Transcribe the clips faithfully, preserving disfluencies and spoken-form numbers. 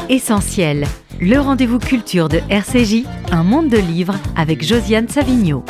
Essentiel, le rendez-vous culture de R C J, un monde de livres avec Josiane Savigno.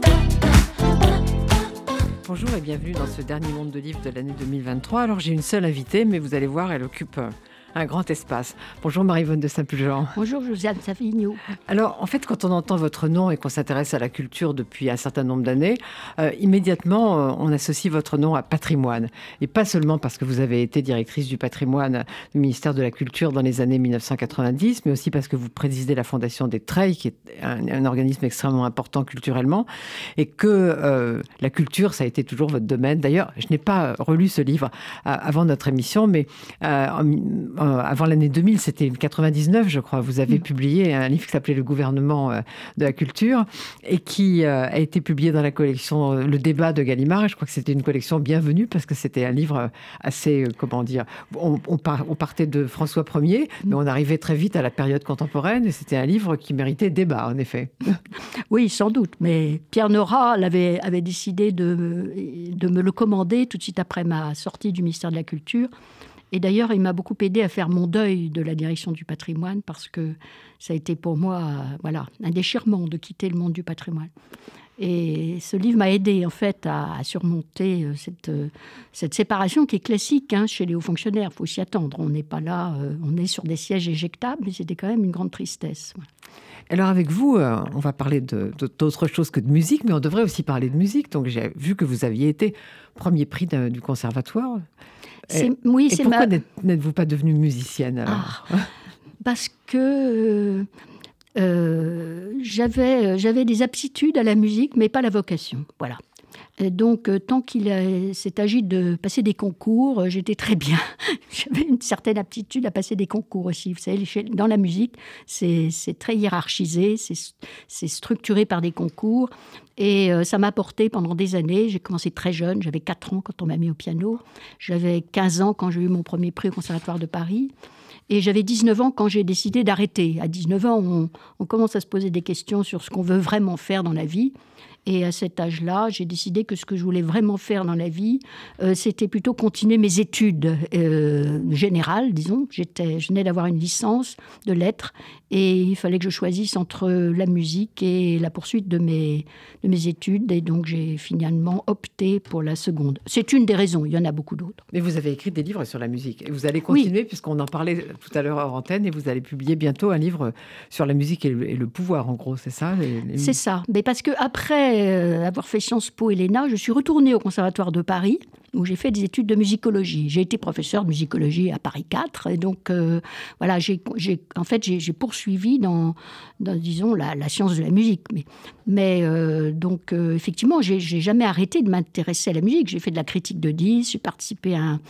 Bonjour et bienvenue dans ce dernier monde de livres de l'année deux mille vingt-trois. Alors j'ai une seule invitée, mais vous allez voir, elle occupe un grand espace. Bonjour Marie-Vonne de Saint-Pulgent. Bonjour Josiane Savigno. Alors en fait, quand on entend votre nom et qu'on s'intéresse à la culture depuis un certain nombre d'années, euh, immédiatement euh, on associe votre nom à patrimoine. Et pas seulement parce que vous avez été directrice du patrimoine du ministère de la Culture dans les années mille neuf cent quatre-vingt-dix, mais aussi parce que vous présidez la Fondation des Treilles, qui est un, un organisme extrêmement important culturellement, et que euh, la culture, ça a été toujours votre domaine. D'ailleurs, je n'ai pas relu ce livre euh, avant notre émission, mais euh, en, avant l'année deux mille, c'était quatre-vingt-dix-neuf, je crois, vous avez mmh. publié un livre qui s'appelait Le gouvernement de la culture et qui a été publié dans la collection Le débat de Gallimard. Et je crois que c'était une collection bienvenue parce que c'était un livre assez, comment dire, on, on, par, on partait de François Ier, mmh. mais on arrivait très vite à la période contemporaine et c'était un livre qui méritait débat, en effet. Oui, sans doute, mais Pierre Nora avait, avait décidé de, de me le commander tout de suite après ma sortie du ministère de la Culture. Et d'ailleurs, il m'a beaucoup aidé à faire mon deuil de la direction du patrimoine parce que ça a été pour moi euh, voilà, un déchirement de quitter le monde du patrimoine. Et ce livre m'a aidé en fait à, à surmonter euh, cette, euh, cette séparation qui est classique hein, chez les hauts fonctionnaires. Il faut s'y attendre. On n'est pas là, euh, on est sur des sièges éjectables, mais c'était quand même une grande tristesse. Ouais. Alors avec vous, euh, on va parler de, de, d'autre chose que de musique, mais on devrait aussi parler de musique. Donc j'ai vu que vous aviez été premier prix de, du conservatoire. C'est, et, oui, et c'est pourquoi ma... n'êtes, n'êtes-vous pas devenue musicienne alors ah, Parce que euh, j'avais, j'avais des aptitudes à la musique, mais pas la vocation. Voilà. Et donc, euh, tant qu'il a, s'est agi de passer des concours, euh, j'étais très bien. J'avais une certaine aptitude à passer des concours aussi. Vous savez, dans la musique, c'est, c'est très hiérarchisé, c'est, c'est structuré par des concours. Et euh, ça m'a porté pendant des années. J'ai commencé très jeune, j'avais quatre ans quand on m'a mis au piano. J'avais quinze ans quand j'ai eu mon premier prix au Conservatoire de Paris. Et j'avais dix-neuf ans quand j'ai décidé d'arrêter. À dix-neuf ans, on, on commence à se poser des questions sur ce qu'on veut vraiment faire dans la vie. Et à cet âge-là, j'ai décidé que ce que je voulais vraiment faire dans la vie, euh, c'était plutôt continuer mes études euh, générales, disons. J'étais, je venais d'avoir une licence de lettres et il fallait que je choisisse entre la musique et la poursuite de mes, de mes études. Et donc, j'ai finalement opté pour la seconde. C'est une des raisons, il y en a beaucoup d'autres. Mais vous avez écrit des livres sur la musique. Et vous allez continuer, oui. puisqu'on en parlait tout à l'heure hors antenne, et vous allez publier bientôt un livre sur la musique et le, et le pouvoir, en gros, c'est ça les, les... C'est ça. Mais parce qu'après euh, avoir fait Sciences Po et l'E N A, je suis retournée au Conservatoire de Paris, où j'ai fait des études de musicologie. J'ai été professeure de musicologie à Paris quatre, et donc, euh, voilà, j'ai, j'ai, en fait, j'ai, j'ai poursuivi dans, dans, disons, la, la science de la musique. Mais, mais euh, donc, euh, effectivement, j'ai, j'ai jamais arrêté de m'intéresser à la musique. J'ai fait de la critique de disques, j'ai participé à un,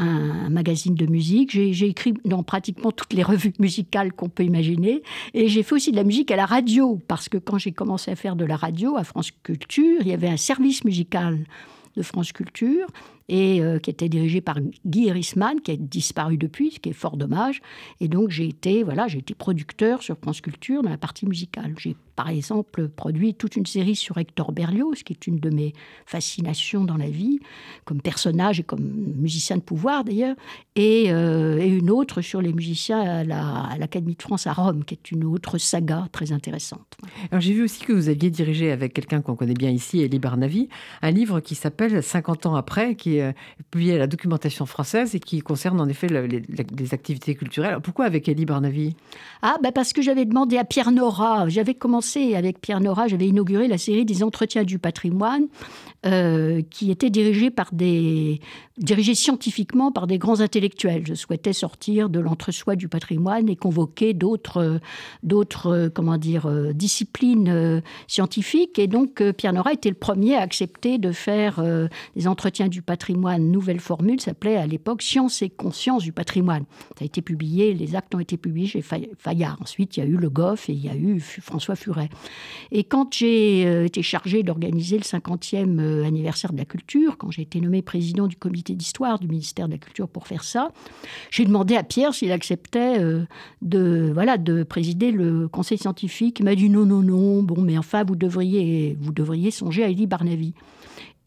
un magazine de musique, j'ai, j'ai écrit dans pratiquement toutes les revues musicales qu'on peut imaginer, et j'ai fait aussi de la musique à la radio, parce que quand j'ai commencé à faire de la radio à France Culture, il y avait un service musical de France Culture, et euh, qui était dirigé par Guy Erisman, qui a disparu depuis, ce qui est fort dommage. Et donc, j'ai été, voilà, j'ai été producteur sur France Culture dans la partie musicale. J'ai, par exemple, produit toute une série sur Hector Berlioz, qui est une de mes fascinations dans la vie, comme personnage et comme musicien de pouvoir, d'ailleurs, et, euh, et une autre sur les musiciens à, la, à l'Académie de France à Rome, qui est une autre saga très intéressante. Alors, j'ai vu aussi que vous aviez dirigé avec quelqu'un qu'on connaît bien ici, Elie Barnavi, un livre qui s'appelle « cinquante ans après », qui est publié à la Documentation française et qui concerne en effet le, les, les activités culturelles. Alors, pourquoi avec Elie Barnavi ? Ah, bah parce que j'avais demandé à Pierre Nora. J'avais commencé avec Pierre Nora, j'avais inauguré la série des Entretiens du patrimoine, euh, qui était dirigée par des, dirigée scientifiquement par des grands intellectuels. Je souhaitais sortir de l'entre-soi du patrimoine et convoquer d'autres, d'autres comment dire, euh, disciplines euh, scientifiques. Et donc, euh, Pierre Nora était le premier à accepter de faire euh, des Entretiens du patrimoine. Nouvelle formule, s'appelait à l'époque Science et conscience du patrimoine. Ça a été publié, les actes ont été publiés chez Fayard. Ensuite, il y a eu Le Goff et il y a eu François Furet. Et quand j'ai euh, été chargée d'organiser le cinquantième euh, anniversaire de la culture, quand j'ai été nommée président du comité d'histoire du ministère de la Culture pour faire ça, j'ai demandé à Pierre s'il acceptait euh, de, voilà, de présider le conseil scientifique. Il m'a dit non, non, non, bon, mais enfin, vous devriez, vous devriez songer à Elie Barnavi.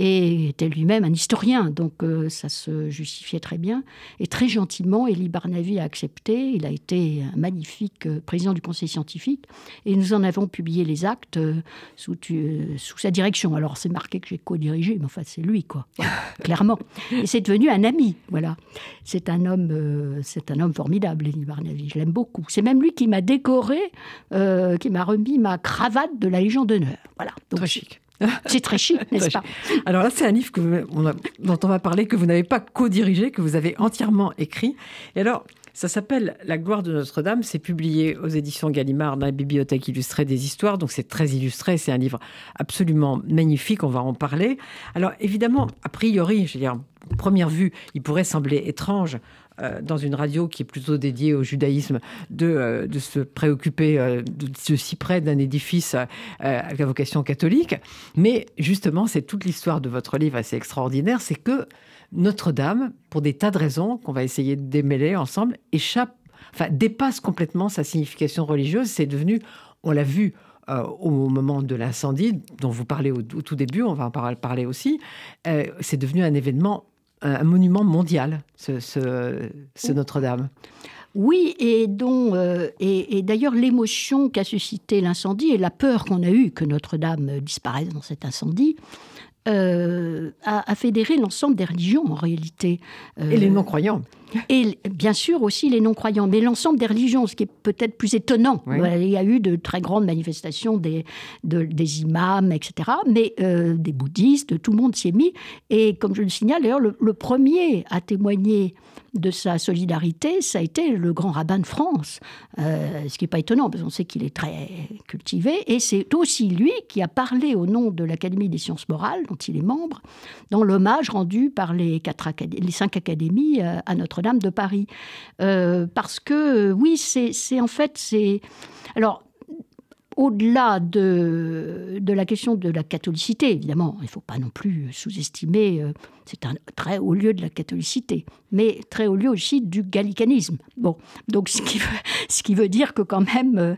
et était lui-même un historien, donc euh, ça se justifiait très bien. Et très gentiment, Élie Barnavi a accepté. Il a été un magnifique euh, président du conseil scientifique, et nous en avons publié les actes euh, sous, euh, sous sa direction. Alors c'est marqué que j'ai co-dirigé, mais en fait c'est lui, quoi, clairement. Et c'est devenu un ami, voilà. C'est un homme, euh, c'est un homme formidable, Élie Barnavi. Je l'aime beaucoup. C'est même lui qui m'a décoré, euh, qui m'a remis ma cravate de la Légion d'honneur. Voilà. Donc, très chic. C'est très chic, n'est-ce très pas chic. Alors là, c'est un livre que vous, on a, dont on va parler, que vous n'avez pas co-dirigé, que vous avez entièrement écrit. Et alors, ça s'appelle « La gloire de Notre-Dame ». C'est publié aux éditions Gallimard dans la bibliothèque illustrée des histoires. Donc c'est très illustré. C'est un livre absolument magnifique. On va en parler. Alors évidemment, a priori, je veux dire, première vue, il pourrait sembler étrange euh, dans une radio qui est plutôt dédiée au judaïsme de, euh, de se préoccuper euh, de, de si près d'un édifice euh, à la vocation catholique. Mais justement, c'est toute l'histoire de votre livre assez extraordinaire. C'est que Notre-Dame, pour des tas de raisons qu'on va essayer de démêler ensemble, échappe, enfin dépasse complètement sa signification religieuse. C'est devenu, on l'a vu euh, au moment de l'incendie, dont vous parlez au, au tout début, on va en par- parler aussi, euh, c'est devenu un événement, un, un monument mondial, ce, ce, ce Notre-Dame. Oui, et, dont, euh, et, et d'ailleurs l'émotion qu'a suscité l'incendie et la peur qu'on a eue que Notre-Dame disparaisse dans cet incendie, Euh, a, a fédéré l'ensemble des religions, en réalité. Euh, et les non-croyants. Et bien sûr aussi les non-croyants, mais l'ensemble des religions, ce qui est peut-être plus étonnant. Oui. Il y a eu de très grandes manifestations des, de, des imams, et cetera, mais euh, des bouddhistes, tout le monde s'y est mis. Et comme je le signale, d'ailleurs, le, le premier à témoigner de sa solidarité, ça a été le grand rabbin de France, euh, ce qui n'est pas étonnant, parce qu'on sait qu'il est très cultivé, et c'est aussi lui qui a parlé au nom de l'Académie des sciences morales, dont il est membre, dans l'hommage rendu par les, quatre acad- les cinq académies euh, à Notre-Dame de Paris. Euh, parce que, euh, oui, c'est, c'est en fait... c'est alors, au-delà de, de la question de la catholicité, évidemment, il ne faut pas non plus sous-estimer, euh, c'est un très haut lieu de la catholicité, mais très haut lieu aussi du gallicanisme. Bon, donc ce qui veut, ce qui veut dire que quand même, euh,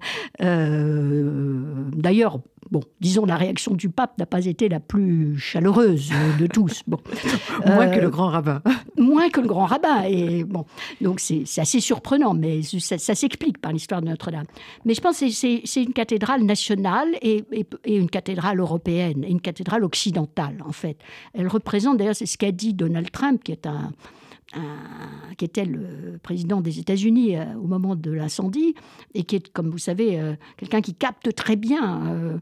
euh, d'ailleurs, bon, disons la réaction du pape n'a pas été la plus chaleureuse de tous. Bon. Moins euh, que le grand rabbin. Moins que le grand rabbin. Et bon, donc c'est, c'est assez surprenant, mais ça, ça s'explique par l'histoire de Notre-Dame. Mais je pense que c'est, c'est, c'est une cathédrale nationale et, et, et une cathédrale européenne, et une cathédrale occidentale, en fait. Elle représente, d'ailleurs, c'est ce qu'a dit Donald Trump, qui est un... Un, qui était le président des États-Unis euh, au moment de l'incendie, et qui est, comme vous savez, euh, quelqu'un qui capte très bien euh,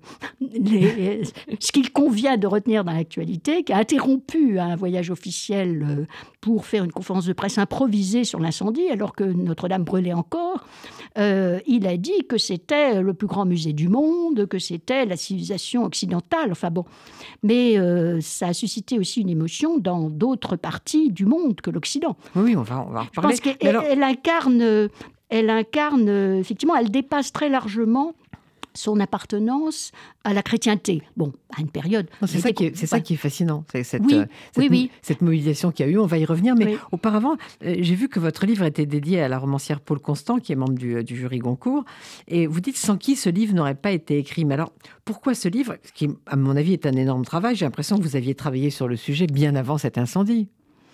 les, ce qu'il convient de retenir dans l'actualité, qui a interrompu un voyage officiel euh, pour faire une conférence de presse improvisée sur l'incendie, alors que Notre-Dame brûlait encore. Euh, il a dit que c'était le plus grand musée du monde, que c'était la civilisation occidentale. Enfin bon, mais euh, ça a suscité aussi une émotion dans d'autres parties du monde que l'Occident. Oui, on va, on va en reparler. Je pense qu'elle alors... elle incarne, elle incarne, effectivement, elle dépasse très largement son appartenance à la chrétienté. Bon, à une période... Non, c'est ça qui est, c'est ça qui est fascinant, c'est cette, oui, euh, cette, oui, oui. cette mobilisation qu'il y a eu, on va y revenir. Mais oui. auparavant, euh, j'ai vu que votre livre était dédié à la romancière Paul Constant, qui est membre du, du jury Goncourt. Et vous dites, sans qui ce livre n'aurait pas été écrit. Mais alors, pourquoi ce livre, ce qui, à mon avis, est un énorme travail? J'ai l'impression que vous aviez travaillé sur le sujet bien avant cet incendie.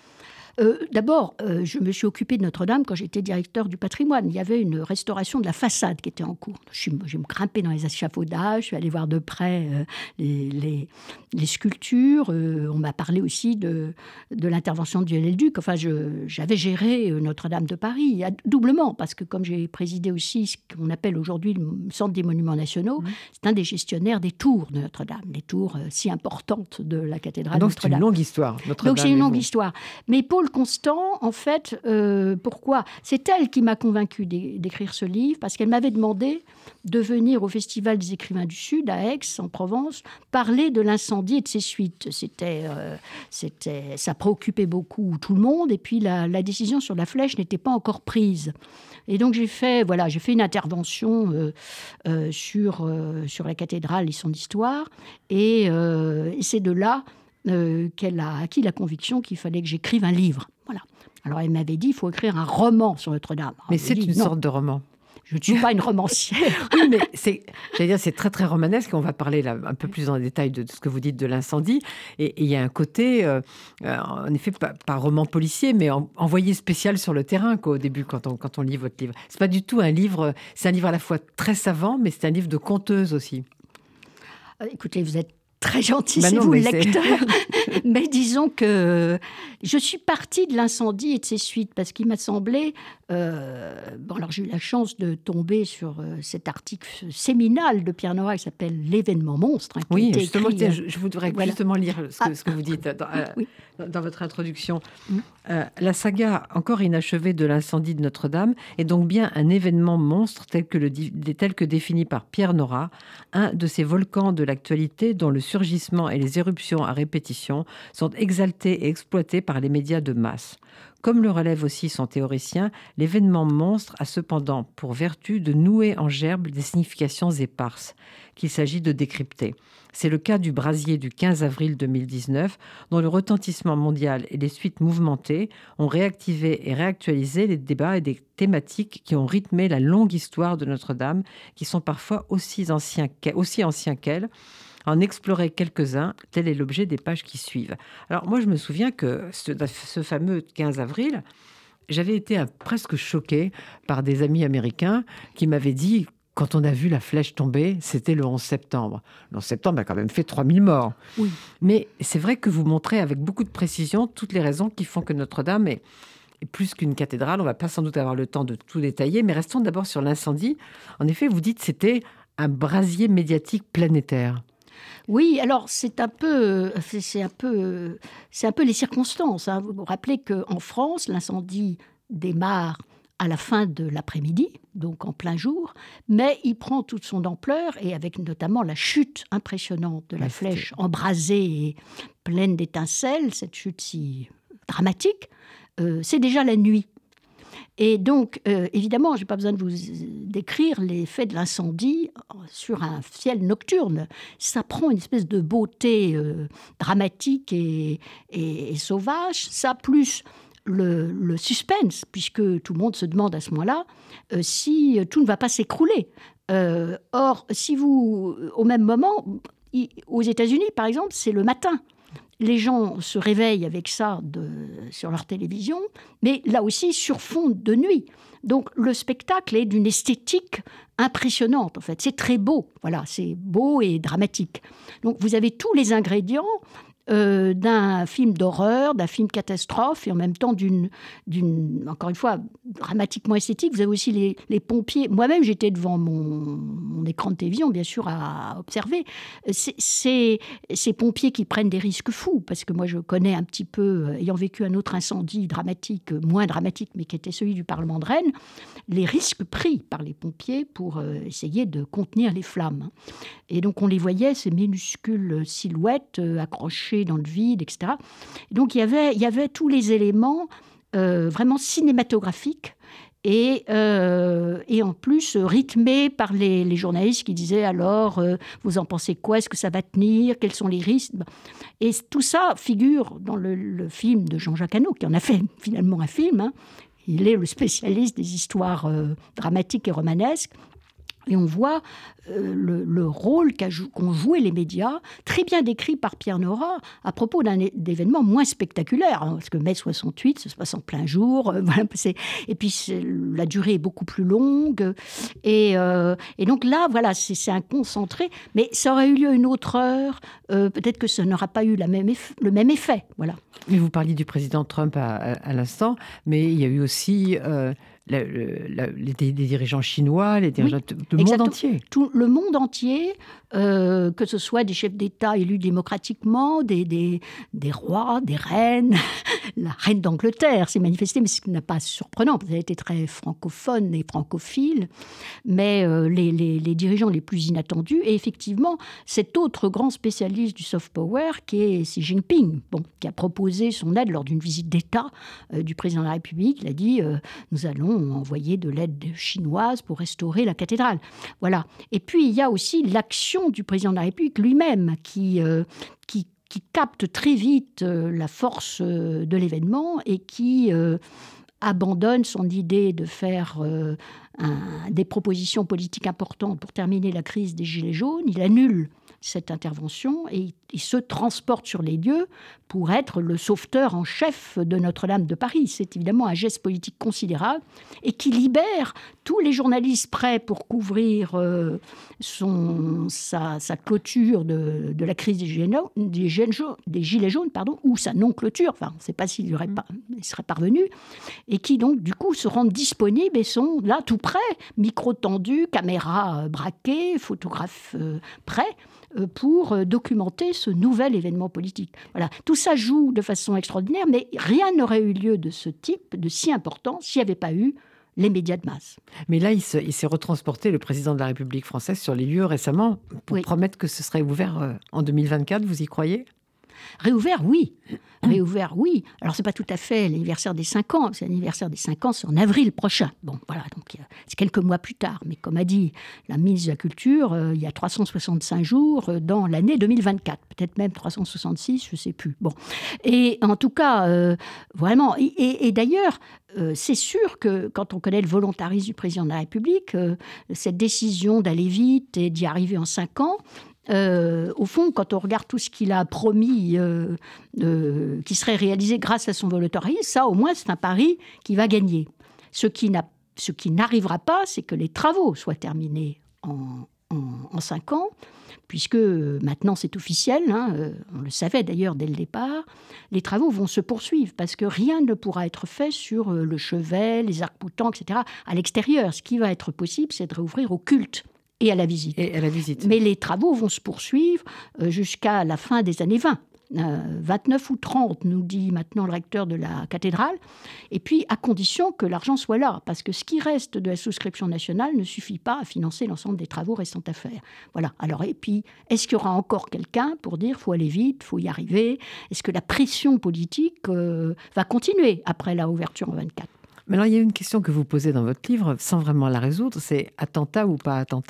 Euh, d'abord, euh, je me suis occupée de Notre-Dame quand j'étais directeur du patrimoine. Il y avait une restauration de la façade qui était en cours. Je suis, j'ai me grimpé dans les échafaudages, je suis allée voir de près euh, les, les, les sculptures. Euh, on m'a parlé aussi de, de l'intervention de Viollet-le-Duc. Enfin, je, j'avais géré Notre-Dame de Paris, doublement, parce que comme j'ai présidé aussi ce qu'on appelle aujourd'hui le Centre des Monuments Nationaux, mmh. c'est un des gestionnaires des tours de Notre-Dame, les tours euh, si importantes de la cathédrale Donc, de Notre-Dame. Donc c'est une longue histoire, Notre-Dame. Donc c'est une longue histoire. Mais Paul Constant, en fait, euh, pourquoi ? C'est elle qui m'a convaincue d'écrire ce livre, parce qu'elle m'avait demandé de venir au Festival des écrivains du Sud, à Aix, en Provence, parler de l'incendie et de ses suites. C'était, euh, c'était, ça préoccupait beaucoup tout le monde, et puis la, la décision sur la flèche n'était pas encore prise. Et donc j'ai fait, voilà, j'ai fait une intervention euh, euh, sur, euh, sur la cathédrale et son histoire, et, euh, et c'est de là Euh, qu'elle a acquis la conviction qu'il fallait que j'écrive un livre. Voilà. Alors elle m'avait dit, il faut écrire un roman sur Notre-Dame. Alors, mais c'est dit, une non. sorte de roman. je ne suis pas une romancière. Oui, mais c'est, j'allais dire, c'est très, très romanesque. On va parler là un peu plus en détail de, de ce que vous dites de l'incendie. Et il y a un côté, euh, en effet, pas, pas roman policier, mais en, envoyé spécial sur le terrain, quoi, au début, quand on, quand on lit votre livre. C'est pas du tout un livre, c'est un livre à la fois très savant, mais c'est un livre de conteuse aussi. Écoutez, vous êtes très gentil, bah c'est non, vous le c'est... lecteur. Mais disons que je suis partie de l'incendie et de ses suites parce qu'il m'a semblé... Euh, bon, alors j'ai eu la chance de tomber sur euh, cet article séminal de Pierre Nora qui s'appelle « L'événement monstre ». Hein, qui oui, a été justement, écrit, je, je voudrais voilà. justement lire ce que, ah. ce que vous dites dans, euh, oui. dans votre introduction. Mmh. Euh, la saga encore inachevée de l'incendie de Notre-Dame est donc bien un événement monstre tel que, le, tel que défini par Pierre Nora, un de ces volcans de l'actualité dont le surgissement et les éruptions à répétition sont exaltés et exploités par les médias de masse. Comme le relève aussi son théoricien, l'événement monstre a cependant pour vertu de nouer en gerbe des significations éparses qu'il s'agit de décrypter. C'est le cas du brasier du quinze avril deux mille dix-neuf, dont le retentissement mondial et les suites mouvementées ont réactivé et réactualisé les débats et des thématiques qui ont rythmé la longue histoire de Notre-Dame, qui sont parfois aussi anciens qu'elle, aussi anciens qu'elle. En explorer quelques-uns, tel est l'objet des pages qui suivent. Alors moi, je me souviens que ce, ce fameux quinze avril, j'avais été un, presque choquée par des amis américains qui m'avaient dit, quand on a vu la flèche tomber, c'était le onze septembre. Le onze septembre a quand même fait trois mille morts. Oui. Mais c'est vrai que vous montrez avec beaucoup de précision toutes les raisons qui font que Notre-Dame est, est plus qu'une cathédrale. On ne va pas sans doute avoir le temps de tout détailler, mais restons d'abord sur l'incendie. En effet, vous dites que c'était un brasier médiatique planétaire. Oui, alors c'est un peu, c'est un peu, c'est un peu les circonstances. Hein. Vous vous rappelez qu'en France, l'incendie démarre à la fin de l'après-midi, donc en plein jour, mais il prend toute son ampleur, et avec notamment la chute impressionnante de la ouais, flèche c'était... embrasée et pleine d'étincelles, cette chute si dramatique, euh, c'est déjà la nuit. Et donc, euh, évidemment, je n'ai pas besoin de vous décrire l'effet de l'incendie sur un ciel nocturne. Ça prend une espèce de beauté euh, dramatique et, et, et sauvage. Ça, plus le, le suspense, puisque tout le monde se demande à ce moment-là euh, si tout ne va pas s'écrouler. Euh, or, si vous, au même moment, y, aux États-Unis, par exemple, c'est le matin. Les gens se réveillent avec ça de, sur leur télévision, mais là aussi sur fond de nuit. Donc le spectacle est d'une esthétique impressionnante, en fait. C'est très beau, voilà, c'est beau et dramatique. Donc vous avez tous les ingrédients euh, d'un film d'horreur, d'un film catastrophe, et en même temps d'une, d'une encore une fois, dramatiquement esthétique. Vous avez aussi les, les pompiers. Moi-même, j'étais devant mon, mon écran de télévision, bien sûr, à observer. C'est, c'est, ces pompiers qui prennent des risques fous, parce que moi, je connais un petit peu, ayant vécu un autre incendie dramatique, moins dramatique, mais qui était celui du Parlement de Rennes, les risques pris par les pompiers pour euh, essayer de contenir les flammes. Et donc, on les voyait, ces minuscules silhouettes euh, accrochées dans le vide, et cetera. Et donc, il y avait, il y avait tous les éléments euh, vraiment cinématographiques et, euh, et en plus rythmés par les, les journalistes qui disaient alors, euh, vous en pensez quoi? Est-ce que ça va tenir? Quels sont les risques? Et tout ça figure dans le, le film de Jean-Jacques Hano, qui en a fait finalement un film. Hein. Il est le spécialiste des histoires euh, dramatiques et romanesques. Et on voit euh, le, le rôle qu'a jou- qu'ont joué les médias, très bien décrit par Pierre Nora, à propos d'un é- d'événement moins spectaculaire, hein, parce que mai soixante-huit, ça se passe en plein jour, euh, voilà, c'est, et puis c'est, la durée est beaucoup plus longue, et, euh, et donc là, voilà, c'est, c'est un concentré, mais ça aurait eu lieu une autre heure, euh, peut-être que ça n'aura pas eu la même eff- le même effet, voilà. Mais vous parliez du président Trump à, à, à l'instant, mais il y a eu aussi... Euh La, la, les, les dirigeants chinois, les dirigeants oui, du monde entier. Tout le monde entier, euh, que ce soit des chefs d'État élus démocratiquement, des, des, des rois, des reines. La reine d'Angleterre s'est manifestée, mais ce n'est pas surprenant, parce qu'elle était très francophone et francophile. Mais euh, les, les, les dirigeants les plus inattendus, et effectivement, cet autre grand spécialiste du soft power, qui est Xi Jinping, bon, qui a proposé son aide lors d'une visite d'État euh, du président de la République. Il a dit euh, « Nous allons envoyer de l'aide chinoise pour restaurer la cathédrale. » Voilà. Et puis, il y a aussi l'action du président de la République lui-même qui, euh, qui, qui capte très vite euh, la force euh, de l'événement et qui, euh, abandonne son idée de faire euh, un, des propositions politiques importantes pour terminer la crise des Gilets jaunes. Il annule cette intervention et il se transporte sur les lieux pour être le sauveteur en chef de Notre-Dame de Paris. C'est évidemment un geste politique considérable et qui libère tous les journalistes prêts pour couvrir euh, son, sa, sa clôture de, de la crise des Gilets, des Gilets jaunes, des Gilets jaunes pardon, ou sa non-clôture, enfin on ne sait pas s'il y aurait pas, il serait parvenu, et qui donc du coup se rendent disponibles et sont là tout près, micro tendu, caméra euh, braquée, photographe euh, prêt, pour documenter ce nouvel événement politique. Voilà. Tout ça joue de façon extraordinaire, mais rien n'aurait eu lieu de ce type, de si important, s'il n'y avait pas eu les médias de masse. Mais là, il, se, il s'est retransporté, le président de la République française, sur les lieux récemment, pour oui. promettre que ce serait ouvert en deux mille vingt-quatre. Vous y croyez ? Réouvert, oui. Réouvert, oui. Alors, ce n'est pas tout à fait l'anniversaire des cinq ans. C'est l'anniversaire des cinq ans, c'est en avril prochain. Bon, voilà, donc c'est quelques mois plus tard. Mais comme a dit la ministre de la Culture, euh, il y a trois cent soixante-cinq jours dans l'année deux mille vingt-quatre. Peut-être même trois cent soixante-six, je ne sais plus. Bon. Et en tout cas, euh, vraiment... Et, et, et d'ailleurs, euh, c'est sûr que quand on connaît le volontarisme du président de la République, euh, cette décision d'aller vite et d'y arriver en cinq ans... Euh, au fond, quand on regarde tout ce qu'il a promis euh, euh, qui serait réalisé grâce à son volontarisme, ça, au moins, c'est un pari qui va gagner. Ce qui, n'a, ce qui n'arrivera pas, c'est que les travaux soient terminés en, en, en cinq ans, puisque euh, maintenant, c'est officiel, hein, euh, on le savait d'ailleurs dès le départ, les travaux vont se poursuivre, parce que rien ne pourra être fait sur euh, le chevet, les arcs-boutants, et cetera, à l'extérieur. Ce qui va être possible, c'est de réouvrir au culte. Et à la visite. Et à la visite. Mais les travaux vont se poursuivre euh, jusqu'à la fin des années vingt. Euh, vingt-neuf ou trente, nous dit maintenant le recteur de la cathédrale. Et puis, à condition que l'argent soit là. Parce que ce qui reste de la souscription nationale ne suffit pas à financer l'ensemble des travaux restants à faire. Voilà. Alors, et puis, est-ce qu'il y aura encore quelqu'un pour dire qu'il faut aller vite, il faut y arriver ? Est-ce que la pression politique euh, va continuer après la ouverture en vingt-quatre ? Mais alors, il y a une question que vous posez dans votre livre, sans vraiment la résoudre, c'est attentat ou pas attentat ?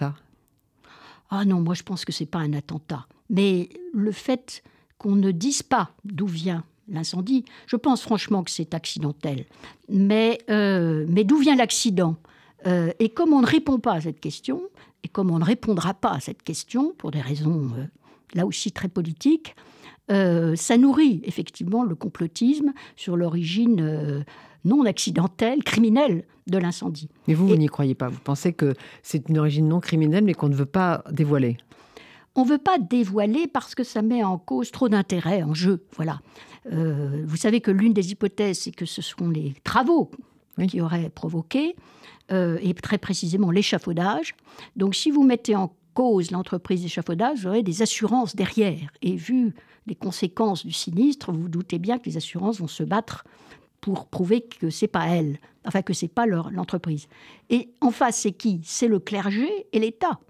Ah non, moi je pense que ce n'est pas un attentat. Mais le fait qu'on ne dise pas d'où vient l'incendie, je pense franchement que c'est accidentel. Mais, euh, mais d'où vient l'accident ? euh, Et comme on ne répond pas à cette question, et comme on ne répondra pas à cette question, pour des raisons euh, là aussi très politiques, euh, ça nourrit effectivement le complotisme sur l'origine... Euh, non accidentelle, criminelle de l'incendie. Mais vous, vous Et, n'y croyez pas. Vous pensez que c'est une origine non criminelle, mais qu'on ne veut pas dévoiler. On ne veut pas dévoiler parce que ça met en cause trop d'intérêts en jeu. Voilà. Euh, vous savez que l'une des hypothèses, c'est que ce sont les travaux oui. qui auraient provoqué, euh, et très précisément l'échafaudage. Donc si vous mettez en cause l'entreprise d'échafaudage, vous aurez des assurances derrière. Et vu les conséquences du sinistre, vous vous doutez bien que les assurances vont se battre pour prouver que c'est pas elle, enfin que c'est pas leur, l'entreprise. Et en face, c'est qui ? C'est le clergé et l'État.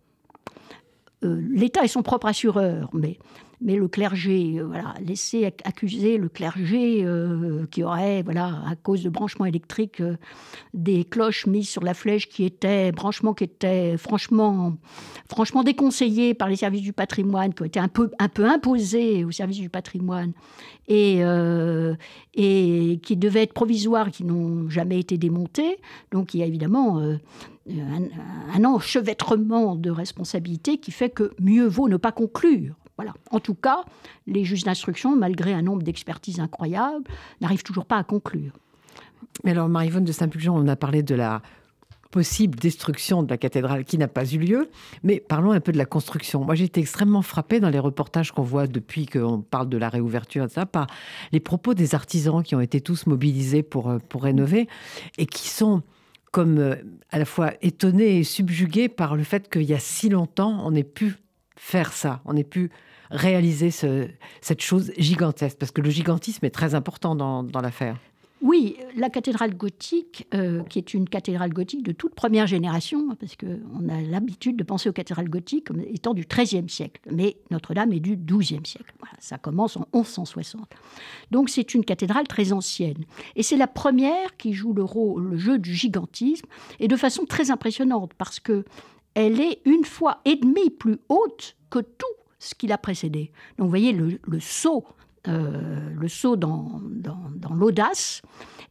Euh, L'État est son propre assureur, mais, mais le clergé, euh, voilà, laisser accuser le clergé euh, qui aurait, voilà, à cause de branchements électriques, euh, des cloches mises sur la flèche qui étaient, branchements qui étaient franchement, franchement déconseillés par les services du patrimoine, qui ont été un peu, un peu imposés aux services du patrimoine, et, euh, et qui devaient être provisoires, qui n'ont jamais été démontés. Donc il y a évidemment euh, un, un enchevêtrement de responsabilités qui fait que mieux vaut ne pas conclure. Voilà. En tout cas, les juges d'instruction, malgré un nombre d'expertises incroyables, n'arrivent toujours pas à conclure. Mais alors, Marie-Yvonne de Saint-Pulgent, on a parlé de la possible destruction de la cathédrale qui n'a pas eu lieu, mais parlons un peu de la construction. Moi, j'ai été extrêmement frappée dans les reportages qu'on voit depuis qu'on parle de la réouverture, et cetera, par les propos des artisans qui ont été tous mobilisés pour, pour rénover et qui sont comme à la fois étonnés et subjugués par le fait qu'il y a si longtemps, on ait pu faire ça, on ait pu réaliser ce, cette chose gigantesque, parce que le gigantisme est très important dans, dans l'affaire. Oui, la cathédrale gothique, euh, qui est une cathédrale gothique de toute première génération, parce qu'on a l'habitude de penser aux cathédrales gothiques comme étant du treizième siècle, mais Notre-Dame est du douzième siècle. Voilà, ça commence en onze cent soixante. Donc c'est une cathédrale très ancienne. Et c'est la première qui joue le, rôle, le jeu du gigantisme, et de façon très impressionnante, parce qu'elle est une fois et demie plus haute que tout ce qui l'a précédé. Donc vous voyez le, le saut... Euh, le saut dans, dans, dans l'audace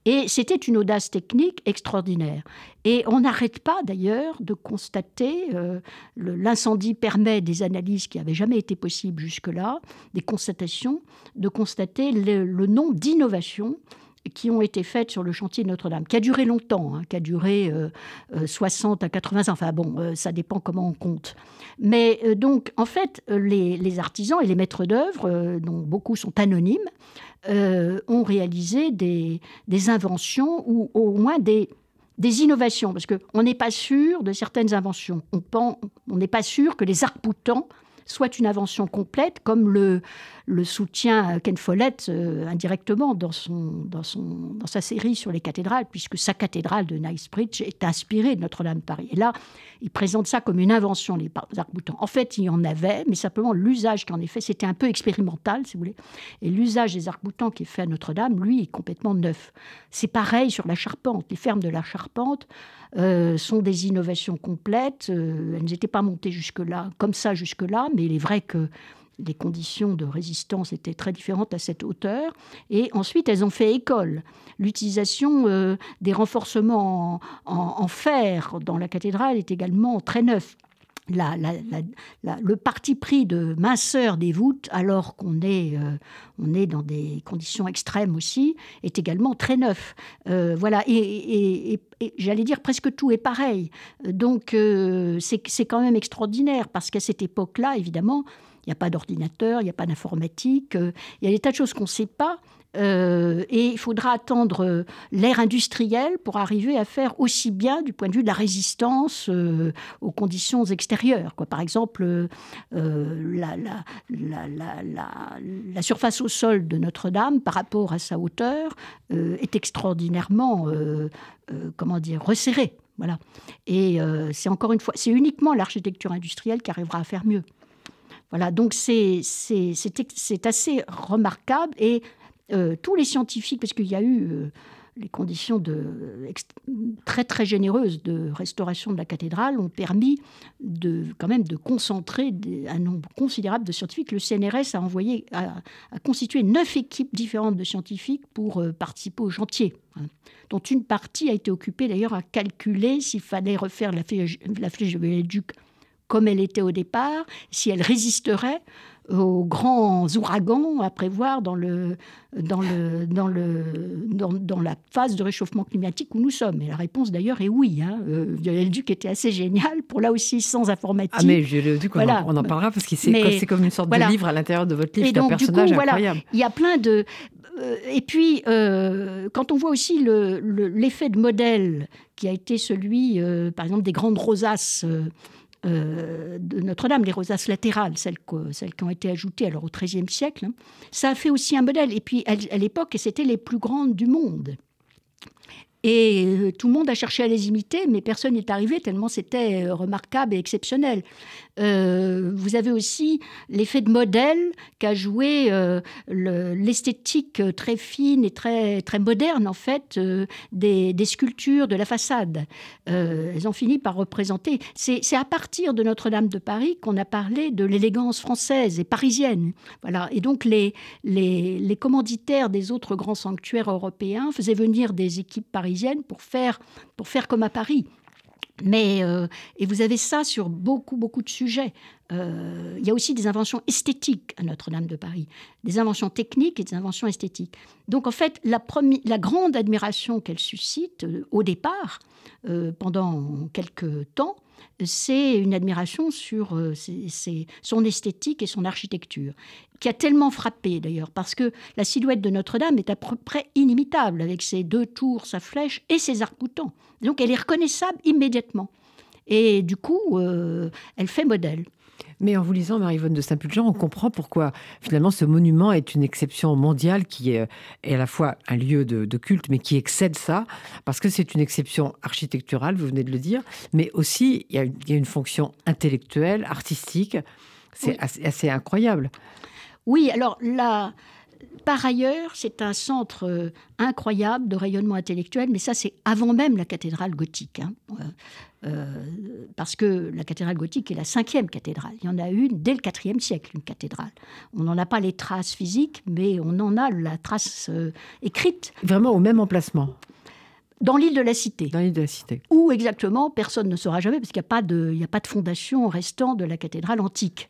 Et c'était une audace technique extraordinaire. Et on n'arrête pas d'ailleurs de constater, euh, le, l'incendie permet des analyses qui n'avaient jamais été possibles jusque-là, des constatations, de constater le, le nombre d'innovations qui ont été faites sur le chantier de Notre-Dame, qui a duré longtemps, hein, qui a duré euh, euh, soixante à quatre-vingts ans. Enfin bon, euh, ça dépend comment on compte. Mais euh, donc, en fait, les, les artisans et les maîtres d'œuvre, euh, dont beaucoup sont anonymes, euh, ont réalisé des, des inventions ou au moins des, des innovations. Parce qu'on n'est pas sûr de certaines inventions. On pense, on n'est pas sûr que les arcs-boutants soit une invention complète, comme le, le soutient Ken Follett euh, indirectement dans, son, dans, son, dans sa série sur les cathédrales, puisque sa cathédrale de Knightsbridge est inspirée de Notre-Dame de Paris. Et là, il présente ça comme une invention, les arcs-boutants. En fait, il y en avait, mais simplement l'usage qu'en est fait, c'était un peu expérimental, si vous voulez. Et l'usage des arcs-boutants qui est fait à Notre-Dame, lui, est complètement neuf. C'est pareil sur la charpente. Les fermes de la charpente euh, sont des innovations complètes. Euh, elles n'étaient pas montées jusque-là, comme ça jusque-là, mais il est vrai que les conditions de résistance étaient très différentes à cette hauteur. Et ensuite, elles ont fait école. L'utilisation euh, des renforcements en, en, en fer dans la cathédrale est également très neuf. La, la, la, la, le parti pris de minceur des voûtes, alors qu'on est, euh, on est dans des conditions extrêmes aussi, est également très neuf. Euh, voilà, et, et, et, et j'allais dire presque tout est pareil. Donc euh, c'est, c'est quand même extraordinaire, parce qu'à cette époque-là, évidemment, il n'y a pas d'ordinateur, il n'y a pas d'informatique, euh, il y a des tas de choses qu'on ne sait pas. Euh, et il faudra attendre euh, l'ère industrielle pour arriver à faire aussi bien du point de vue de la résistance euh, aux conditions extérieures, quoi. Par exemple, euh, la, la, la, la, la, la surface au sol de Notre-Dame par rapport à sa hauteur euh, est extraordinairement euh, euh, comment dire, resserrée. Voilà. Et euh, c'est encore une fois, c'est uniquement l'architecture industrielle qui arrivera à faire mieux. Voilà, donc c'est, c'est, c'est, c'est assez remarquable. Et Euh, tous les scientifiques, parce qu'il y a eu euh, les conditions de, ext- très très généreuses de restauration de la cathédrale, ont permis de, quand même de concentrer des, un nombre considérable de scientifiques. Le C N R S a, envoyé, a, a constitué neuf équipes différentes de scientifiques pour euh, participer au chantier, hein, dont une partie a été occupée d'ailleurs à calculer s'il fallait refaire la flèche, la flèche de Viollet-le-Duc comme elle était au départ, si elle résisterait aux grands ouragans à prévoir dans, le, dans, le, dans, le, dans, dans la phase de réchauffement climatique où nous sommes. Et la réponse, d'ailleurs, est oui. Hein. Euh, Viollet-le-Duc était assez génial, pour là aussi, sans informatique. Ah, mais Viollet-le-Duc, on, voilà. on en parlera, parce que c'est, mais, c'est comme une sorte voilà. de livre à l'intérieur de votre livre. Et c'est donc, un personnage du coup, incroyable. Voilà, il y a plein de... Et puis, euh, quand on voit aussi le, le, l'effet de modèle qui a été celui, euh, par exemple, des grandes rosaces... Euh, Euh, de Notre-Dame, les rosaces latérales, celles, que, celles qui ont été ajoutées alors au treizième siècle, hein, ça a fait aussi un modèle. Et puis, à, à l'époque, c'était les plus grandes du monde. Et euh, tout le monde a cherché à les imiter, mais personne n'est arrivé tellement c'était euh, remarquable et exceptionnel. Euh, vous avez aussi l'effet de modèle qu'a joué euh, le, l'esthétique très fine et très, très moderne, en fait, euh, des, des sculptures de la façade. Euh, elles ont fini par représenter... C'est, c'est à partir de Notre-Dame de Paris qu'on a parlé de l'élégance française et parisienne. Voilà. Et donc, les, les, les commanditaires des autres grands sanctuaires européens faisaient venir des équipes parisiennes pour faire, pour faire comme à Paris. Mais, euh, et vous avez ça sur beaucoup, beaucoup de sujets. Euh, il y a aussi des inventions esthétiques à Notre-Dame de Paris, des inventions techniques et des inventions esthétiques. Donc, en fait, la, premi- la grande admiration qu'elle suscite euh, au départ, euh, pendant quelques temps, c'est une admiration sur euh, c'est, c'est son esthétique et son architecture, qui a tellement frappé d'ailleurs, parce que la silhouette de Notre-Dame est à peu près inimitable, avec ses deux tours, sa flèche et ses arcs-boutants. Donc elle est reconnaissable immédiatement. Et du coup, euh, elle fait modèle. Mais en vous lisant Marie-Yvonne de Saint-Pulgent, on comprend pourquoi finalement ce monument est une exception mondiale qui est, est à la fois un lieu de, de culte, mais qui excède ça, parce que c'est une exception architecturale, vous venez de le dire, mais aussi il y a une, il y a une fonction intellectuelle, artistique, c'est oui. assez, assez incroyable. Oui, alors la... Par ailleurs, c'est un centre euh, incroyable de rayonnement intellectuel, mais ça, c'est avant même la cathédrale gothique. Hein. Euh, euh, parce que la cathédrale gothique est la cinquième cathédrale. Il y en a une dès le quatrième siècle, une cathédrale. On n'en a pas les traces physiques, mais on en a la trace euh, écrite. Vraiment au même emplacement. Dans l'île de la Cité. Dans l'île de la Cité. Où exactement, personne ne saura jamais, parce qu'il n'y a pas de, il n'y a pas de fondation restant de la cathédrale antique.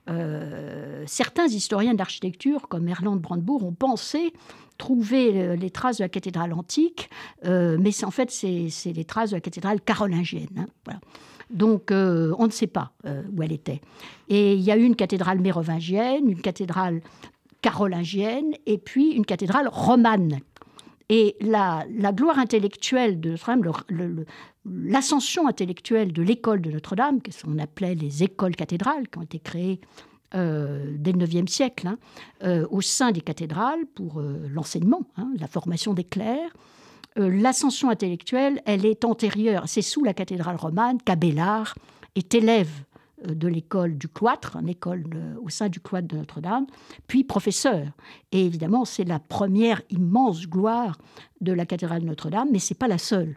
Euh, certains historiens d'architecture, comme Erland Brandebourg, ont pensé trouver les traces de la cathédrale antique, euh, mais en fait, c'est, c'est les traces de la cathédrale carolingienne. Hein, voilà. Donc, euh, on ne sait pas euh, où elle était. Et il y a eu une cathédrale mérovingienne, une cathédrale carolingienne, et puis une cathédrale romane. Et la, la gloire intellectuelle de Notre-Dame, le, le, l'ascension intellectuelle de l'école de Notre-Dame, que qu'on appelait les écoles cathédrales, qui ont été créées euh, dès le neuvième siècle, hein, euh, au sein des cathédrales pour euh, l'enseignement, hein, la formation des clercs, euh, l'ascension intellectuelle, elle est antérieure. C'est sous la cathédrale romane qu'Abélard est élève de l'école du cloître, une école de, au sein du cloître de Notre-Dame, puis professeur. Et évidemment, c'est la première immense gloire de la cathédrale de Notre-Dame, mais ce n'est pas la seule.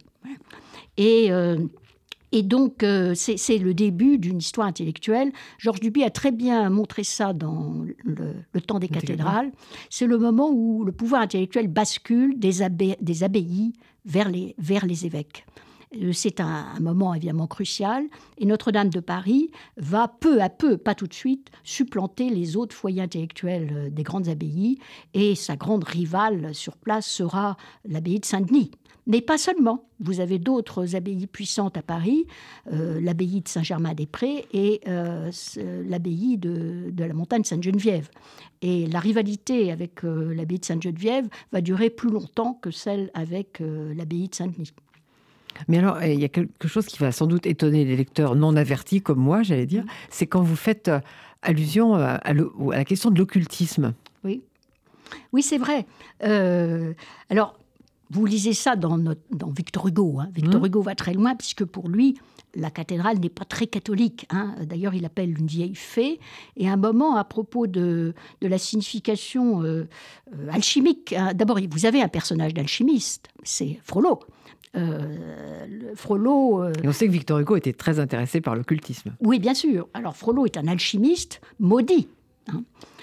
Et, euh, et donc, euh, c'est, c'est le début d'une histoire intellectuelle. Georges Duby a très bien montré ça dans le, le temps des cathédrales. C'est le moment où le pouvoir intellectuel bascule des, abbé, des abbayes vers les, vers les évêques. C'est un, un moment évidemment crucial. Et Notre-Dame de Paris va peu à peu, pas tout de suite, supplanter les autres foyers intellectuels des grandes abbayes. Et sa grande rivale sur place sera l'abbaye de Saint-Denis. Mais pas seulement. Vous avez d'autres abbayes puissantes à Paris, euh, l'abbaye de Saint-Germain-des-Prés et euh, l'abbaye de, de la montagne Sainte-Geneviève. Et la rivalité avec euh, l'abbaye de Sainte-Geneviève va durer plus longtemps que celle avec euh, l'abbaye de Saint-Denis. Mais alors, il y a quelque chose qui va sans doute étonner les lecteurs non avertis comme moi, j'allais dire, c'est quand vous faites allusion à, à, le, à la question de l'occultisme. Oui, oui, c'est vrai. Euh, alors, vous lisez ça dans, notre, dans Victor Hugo. Hein. Victor mmh. Hugo va très loin, puisque pour lui, la cathédrale n'est pas très catholique. Hein. D'ailleurs, il appelle une vieille fée. Et à un moment, à propos de, de la signification euh, euh, alchimique, hein, d'abord, vous avez un personnage d'alchimiste, c'est Frollo. Euh, Frollo... Euh... Et on sait que Victor Hugo était très intéressé par l'occultisme. Oui, bien sûr. Alors, Frollo est un alchimiste maudit. Hein.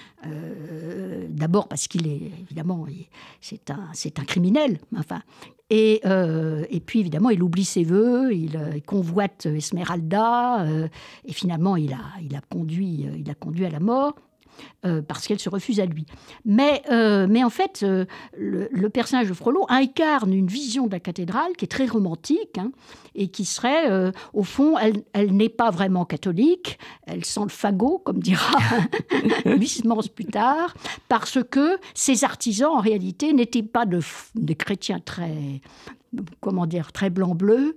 Euh, d'abord parce qu'il est, évidemment, c'est un, c'est un criminel. Enfin, et, euh, et puis, évidemment, il oublie ses vœux, il, il convoite Esmeralda, euh, et finalement, il a, il, a conduit, il a conduit à la mort. Euh, parce qu'elle se refuse à lui. Mais, euh, mais en fait, euh, le, le personnage de Frollo incarne une vision de la cathédrale qui est très romantique, hein, et qui serait, euh, au fond, elle, elle n'est pas vraiment catholique, elle sent le fagot, comme dira Huysmans plus tard, parce que ces artisans, en réalité, n'étaient pas de, des chrétiens très... comment dire, très blanc-bleu.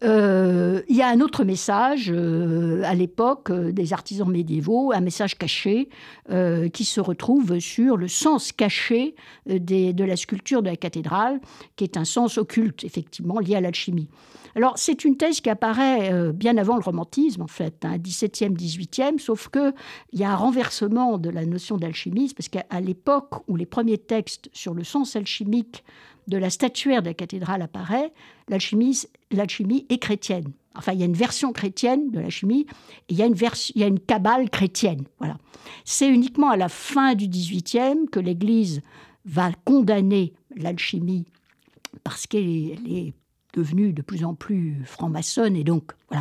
Euh, il y a un autre message, euh, à l'époque euh, des artisans médiévaux, un message caché euh, qui se retrouve sur le sens caché euh, des, de la sculpture de la cathédrale, qui est un sens occulte, effectivement, lié à l'alchimie. Alors, c'est une thèse qui apparaît euh, bien avant le romantisme, en fait, hein, dix-septième, dix-huitième, sauf qu'il y a un renversement de la notion d'alchimisme, parce qu'à l'époque où les premiers textes sur le sens alchimique de la statuaire de la cathédrale apparaît, l'alchimie, l'alchimie est chrétienne. Enfin, il y a une version chrétienne de l'alchimie et il y a une, vers, il y a une cabale chrétienne. Voilà. C'est uniquement à la fin du dix-huitième que l'Église va condamner l'alchimie parce qu'elle est, elle est devenue de plus en plus franc-maçonne et donc, voilà,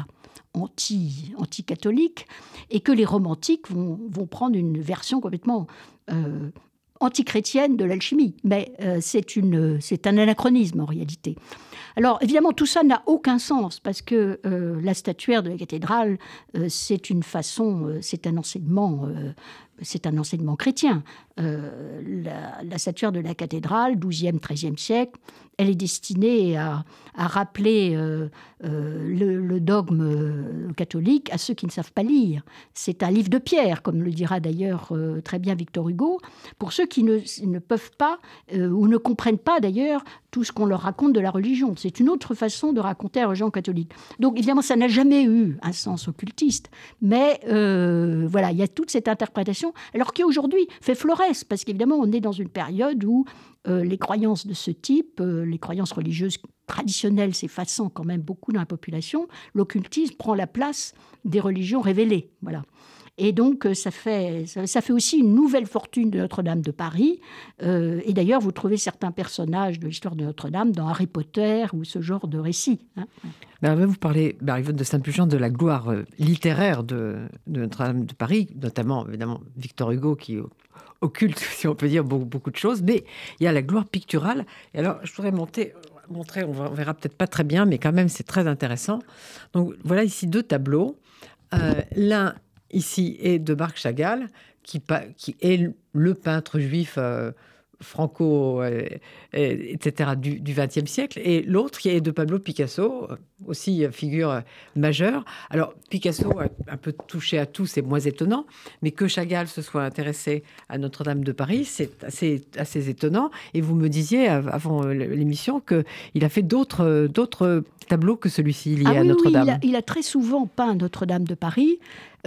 anti, anti-catholique, et que les romantiques vont, vont prendre une version complètement... Euh, antichrétienne de l'alchimie, mais euh, c'est, une, c'est un anachronisme en réalité. Alors évidemment tout ça n'a aucun sens parce que euh, la statuaire de la cathédrale euh, c'est une façon, euh, c'est un enseignement, euh, c'est un enseignement chrétien. Euh, la, la statuaire de la cathédrale, douzième, treizième siècle, elle est destinée à, à rappeler euh, euh, le, le dogme euh, catholique à ceux qui ne savent pas lire. C'est un livre de pierre, comme le dira d'ailleurs euh, très bien Victor Hugo, pour ceux qui ne, ne peuvent pas euh, ou ne comprennent pas d'ailleurs tout ce qu'on leur raconte de la religion. C'est une autre façon de raconter la religion catholique. Donc évidemment, ça n'a jamais eu un sens occultiste, mais euh, voilà, il y a toute cette interprétation population, alors qui aujourd'hui fait florès, parce qu'évidemment, on est dans une période où euh, les croyances de ce type, euh, les croyances religieuses traditionnelles s'effaçant quand même beaucoup dans la population, l'occultisme prend la place des religions révélées. Voilà. Et donc, ça fait, ça, ça fait aussi une nouvelle fortune de Notre-Dame de Paris. Euh, et d'ailleurs, vous trouvez certains personnages de l'histoire de Notre-Dame dans Harry Potter ou ce genre de récits. Hein. Ben, vous parlez, Marie-Yvonne de Saint-Pulgent, de la gloire euh, littéraire de, de Notre-Dame de Paris, notamment, évidemment, Victor Hugo, qui occulte, si on peut dire, beaucoup, beaucoup de choses. Mais il y a la gloire picturale. Et alors, je voudrais monter... montrer, on verra peut-être pas très bien, mais quand même, c'est très intéressant. Donc, voilà ici deux tableaux. Euh, l'un, ici, est de Marc Chagall, qui, qui est le peintre juif euh, franco, euh, et cetera, du XXe siècle. Et l'autre, qui est de Pablo Picasso, aussi figure majeure. Alors, Picasso a un peu touché à tout, c'est moins étonnant, mais que Chagall se soit intéressé à Notre-Dame de Paris, c'est assez, assez étonnant. Et vous me disiez, avant l'émission, qu'il a fait d'autres, d'autres tableaux que celui-ci lié ah, à oui, Notre-Dame. Oui, il, a, il a très souvent peint Notre-Dame de Paris.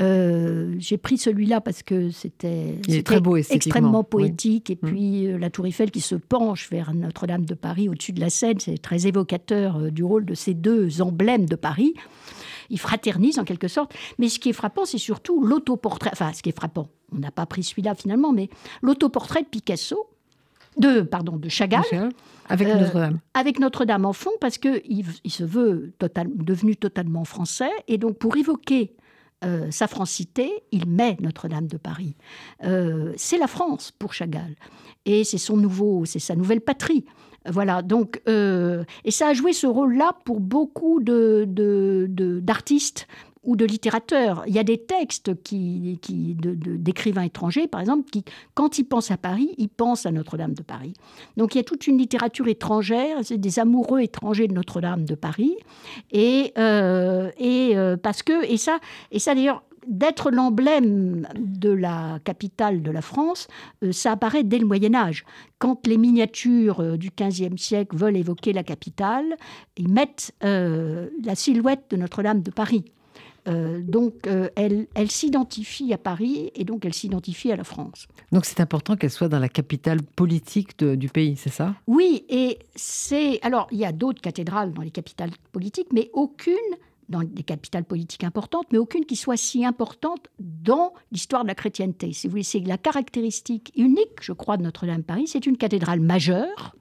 Euh, j'ai pris celui-là parce que c'était, c'était très beau extrêmement poétique. Oui. Et puis, mmh. euh, la Tour Eiffel qui se penche vers Notre-Dame de Paris au-dessus de la Seine, c'est très évocateur euh, du rôle de ces deux emblèmes de Paris. Ils fraternisent en quelque sorte. Mais ce qui est frappant, c'est surtout l'autoportrait. Enfin, ce qui est frappant, on n'a pas pris celui-là finalement, mais l'autoportrait de Picasso, de, pardon, de Chagall. Avec euh, Notre-Dame. Avec Notre-Dame en fond, parce qu'il il se veut total, devenu totalement français. Et donc, pour évoquer Euh, sa francité, il met Notre-Dame de Paris. Euh, c'est la France pour Chagall. Et c'est son nouveau, c'est sa nouvelle patrie. Voilà, donc, euh, et ça a joué ce rôle-là pour beaucoup de, de, de, d'artistes ou de littérateurs. Il y a des textes qui, qui, de, de, d'écrivains étrangers, par exemple, qui, quand ils pensent à Paris, ils pensent à Notre-Dame de Paris. Donc, il y a toute une littérature étrangère, c'est des amoureux étrangers de Notre-Dame de Paris. Et, euh, et euh, parce que, et ça, et ça d'ailleurs, d'être l'emblème de la capitale de la France, euh, ça apparaît dès le Moyen-Âge. Quand les miniatures euh, du quinzième siècle veulent évoquer la capitale, ils mettent euh, la silhouette de Notre-Dame de Paris. Euh, donc, euh, elle, elle s'identifie à Paris et donc elle s'identifie à la France. Donc, c'est important qu'elle soit dans la capitale politique de, du pays, c'est ça ? Oui, et c'est... Alors, il y a d'autres cathédrales dans les capitales politiques, mais aucune dans des capitales politiques importantes, mais aucune qui soit si importante dans l'histoire de la chrétienté. Si vous voulez, c'est la caractéristique unique, je crois, de Notre-Dame-Paris. C'est une cathédrale majeure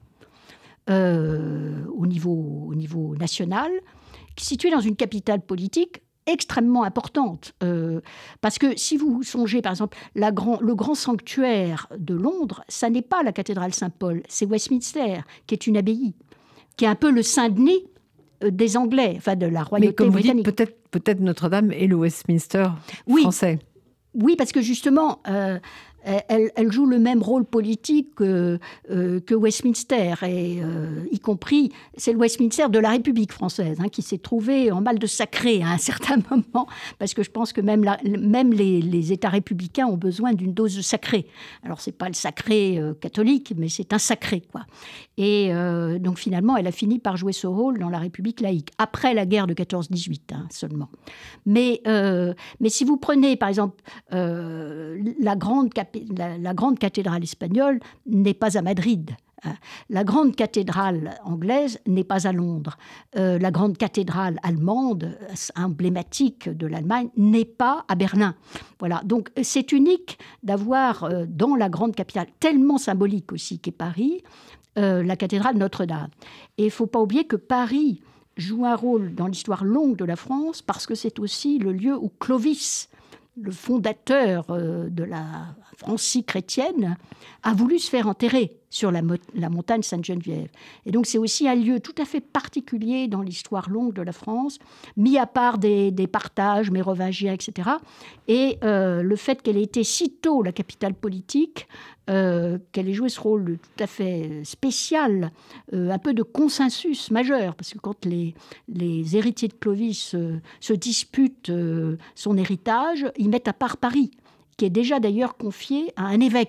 euh, au niveau, au niveau national, qui est située dans une capitale politique extrêmement importante. Euh, parce que si vous songez, par exemple, la grand, le grand sanctuaire de Londres, ça n'est pas la cathédrale Saint-Paul, c'est Westminster, qui est une abbaye, qui est un peu le Saint-Denis des Anglais, enfin de la royauté Mais comme britannique. Vous dites, peut-être, peut-être Notre-Dame et le Westminster oui. français. Oui, parce que justement, euh, elle, elle joue le même rôle politique que, euh, que Westminster, et euh, y compris, c'est le Westminster de la République française, hein, qui s'est trouvé en mal de sacré à un certain moment, parce que je pense que même, la, même les, les États républicains ont besoin d'une dose de sacré. Alors, c'est pas le sacré euh, catholique, mais c'est un sacré, quoi. Et euh, donc, finalement, elle a fini par jouer ce rôle dans la République laïque, après la guerre de quatorze dix-huit, hein, seulement. Mais, euh, mais si vous prenez, par exemple, euh, la grande capitale, La, la grande cathédrale espagnole n'est pas à Madrid. La grande cathédrale anglaise n'est pas à Londres. Euh, la grande cathédrale allemande, emblématique de l'Allemagne, n'est pas à Berlin. Voilà. Donc c'est unique d'avoir euh, dans la grande capitale, tellement symbolique aussi qu'est Paris, euh, la cathédrale Notre-Dame. Et il ne faut pas oublier que Paris joue un rôle dans l'histoire longue de la France parce que c'est aussi le lieu où Clovis, le fondateur euh, de la Francie chrétienne, a voulu se faire enterrer sur la, mo- la montagne Sainte-Geneviève. Et donc c'est aussi un lieu tout à fait particulier dans l'histoire longue de la France, mis à part des, des partages mérovingiens, et cetera. Et euh, le fait qu'elle ait été si tôt la capitale politique, euh, qu'elle ait joué ce rôle tout à fait spécial, euh, un peu de consensus majeur, parce que quand les, les héritiers de Clovis euh, se disputent euh, son héritage, ils mettent à part Paris, qui est déjà d'ailleurs confié à un évêque.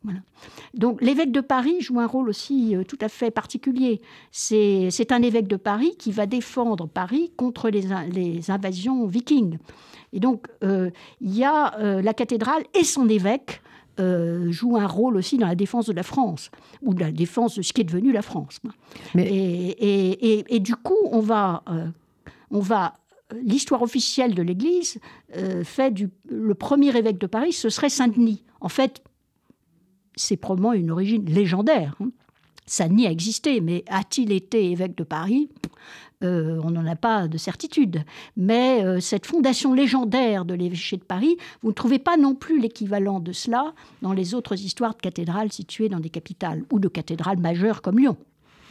Voilà. Donc l'évêque de Paris joue un rôle aussi euh, tout à fait particulier. C'est, c'est un évêque de Paris qui va défendre Paris contre les, les invasions vikings. Et donc euh, il y a euh, la cathédrale et son évêque euh, jouent un rôle aussi dans la défense de la France, ou de la défense de ce qui est devenu la France. Mais... Et, et, et, et du coup, on va... Euh, on va l'histoire officielle de l'Église euh, fait du... Le premier évêque de Paris, ce serait Saint-Denis. En fait, c'est probablement une origine légendaire. Hein. Saint-Denis a existé, mais a-t-il été évêque de Paris ? euh, On n'en a pas de certitude. Mais euh, cette fondation légendaire de l'évêché de Paris, vous ne trouvez pas non plus l'équivalent de cela dans les autres histoires de cathédrales situées dans des capitales, ou de cathédrales majeures comme Lyon.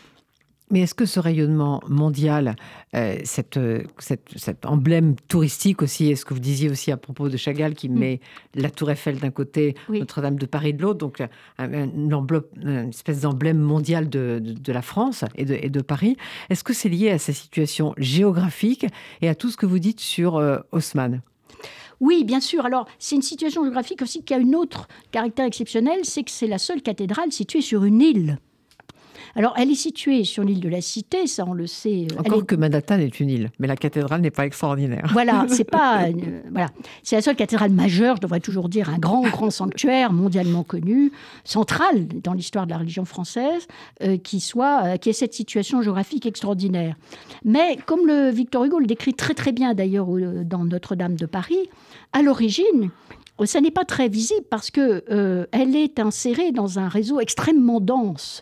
Mais est-ce que ce rayonnement mondial, euh, cette, cette, cet emblème touristique aussi, est-ce que vous disiez aussi à propos de Chagall qui mmh. met la Tour Eiffel d'un côté, oui. Notre-Dame de Paris de l'autre, donc un, une, enveloppe, une espèce d'emblème mondial de, de, de la France et de, et de Paris, est-ce que c'est lié à sa situation géographique et à tout ce que vous dites sur euh, Haussmann ? Oui, bien sûr. Alors, c'est une situation géographique aussi qui a une autre caractère exceptionnel, c'est que c'est la seule cathédrale située sur une île. Alors, elle est située sur l'île de la Cité, ça on le sait. Encore est... que Manhattan est une île, mais la cathédrale n'est pas extraordinaire. Voilà, c'est pas, euh, voilà, c'est la seule cathédrale majeure, je devrais toujours dire, un grand, grand sanctuaire mondialement connu, central dans l'histoire de la religion française, euh, qui soit, euh, qui ait cette situation géographique extraordinaire. Mais comme le Victor Hugo le décrit très très bien d'ailleurs dans Notre-Dame de Paris, à l'origine, ça n'est pas très visible parce que euh, elle est insérée dans un réseau extrêmement dense.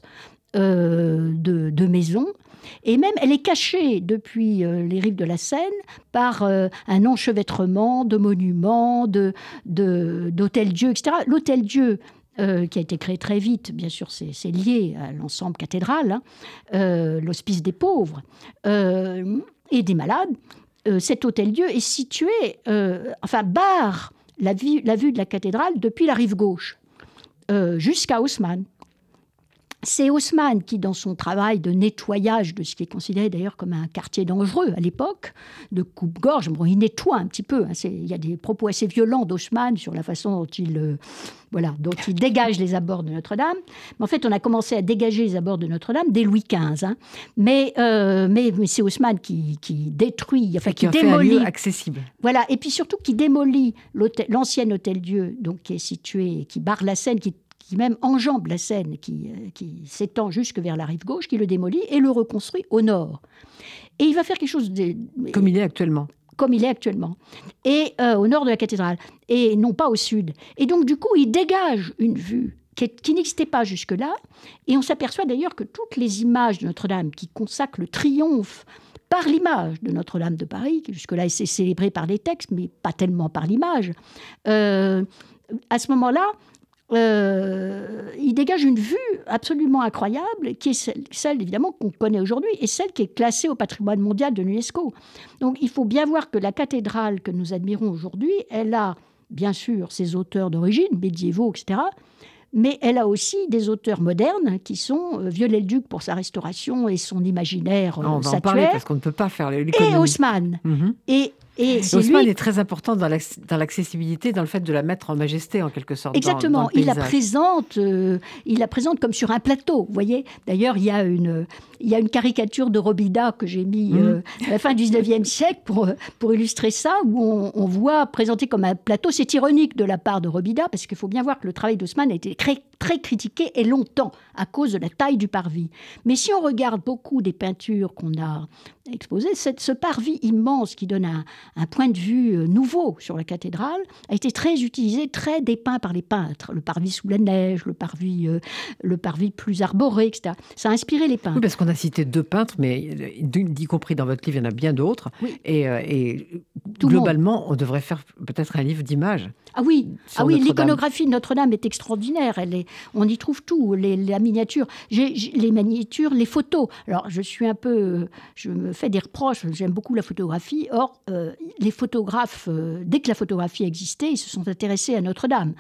Euh, de, de maisons, et même elle est cachée depuis euh, les rives de la Seine par euh, un enchevêtrement de monuments, de, de, d'hôtels-dieux, et cetera. L'hôtel-dieu, euh, qui a été créé très vite, bien sûr c'est, c'est lié à l'ensemble cathédral, hein, euh, l'hospice des pauvres euh, et des malades, euh, cet hôtel-dieu est situé, euh, enfin barre la vue, la vue de la cathédrale depuis la rive gauche, euh, jusqu'à Haussmann. C'est Haussmann qui, dans son travail de nettoyage de ce qui est considéré d'ailleurs comme un quartier dangereux à l'époque, de coupe-gorge, bon, il nettoie un petit peu. Hein, c'est, il y a des propos assez violents d'Haussmann sur la façon dont il, euh, voilà, dont il dégage les abords de Notre-Dame. Mais en fait, on a commencé à dégager les abords de Notre-Dame dès Louis quinze. Hein. Mais, euh, mais, mais c'est Haussmann qui, qui détruit, enfin qui, qui démolit. Fait un lieu accessible. Voilà, et puis surtout qui démolit l'ancien hôtel-dieu, donc qui est situé, qui barre la Seine, qui qui même enjambe la Seine, qui, qui s'étend jusque vers la rive gauche, qui le démolit et le reconstruit au nord. Et il va faire quelque chose de... Comme il est actuellement. Comme il est actuellement. Et euh, au nord de la cathédrale, et non pas au sud. Et donc, du coup, il dégage une vue qui, est, qui n'existait pas jusque-là. Et on s'aperçoit d'ailleurs que toutes les images de Notre-Dame qui consacrent le triomphe par l'image de Notre-Dame de Paris, qui jusque-là est célébrée par les textes, mais pas tellement par l'image, euh, à ce moment-là, Euh, il dégage une vue absolument incroyable, qui est celle, celle évidemment qu'on connaît aujourd'hui, et celle qui est classée au patrimoine mondial de l'UNESCO. Donc il faut bien voir que la cathédrale que nous admirons aujourd'hui, elle a bien sûr ses auteurs d'origine, médiévaux, et cetera, mais elle a aussi des auteurs modernes qui sont euh, Viollet-le-Duc pour sa restauration et son imaginaire euh, on va statuaire, en parler parce qu'on ne peut pas faire l'économie. Et Haussmann. Mm-hmm. Et Et c'est Haussmann lui... est très important dans, dans l'accessibilité, dans le fait de la mettre en majesté, en quelque sorte. Exactement. Dans, dans il, la présente, euh, il la présente comme sur un plateau, vous voyez. D'ailleurs, il y a une, il y a une caricature de Robida que j'ai mis mmh. euh, à la fin du dix-neuvième siècle pour, pour illustrer ça, où on, on voit présenté comme un plateau. C'est ironique de la part de Robida, parce qu'il faut bien voir que le travail d'Haussmann a été très, très critiqué et longtemps à cause de la taille du parvis. Mais si on regarde beaucoup des peintures qu'on a exposées, cette, ce parvis immense qui donne un, un point de vue nouveau sur la cathédrale a été très utilisé, très dépeint par les peintres. Le parvis sous la neige, le parvis, euh, le parvis plus arboré, et cetera. Ça a inspiré les peintres. Oui, parce qu'on a cité deux peintres, mais y compris dans votre livre, il y en a bien d'autres. Oui. Et, euh, et globalement, on devrait faire peut-être un livre d'images. Ah oui, ah oui, l'iconographie de Notre-Dame est extraordinaire. Elle est, on y trouve tout, les, la miniature, j'ai, j'ai, les miniatures, les photos. Alors, je suis un peu, je me fais des reproches. J'aime beaucoup la photographie. Or, euh, les photographes, euh, dès que la photographie existait, ils se sont intéressés à Notre-Dame.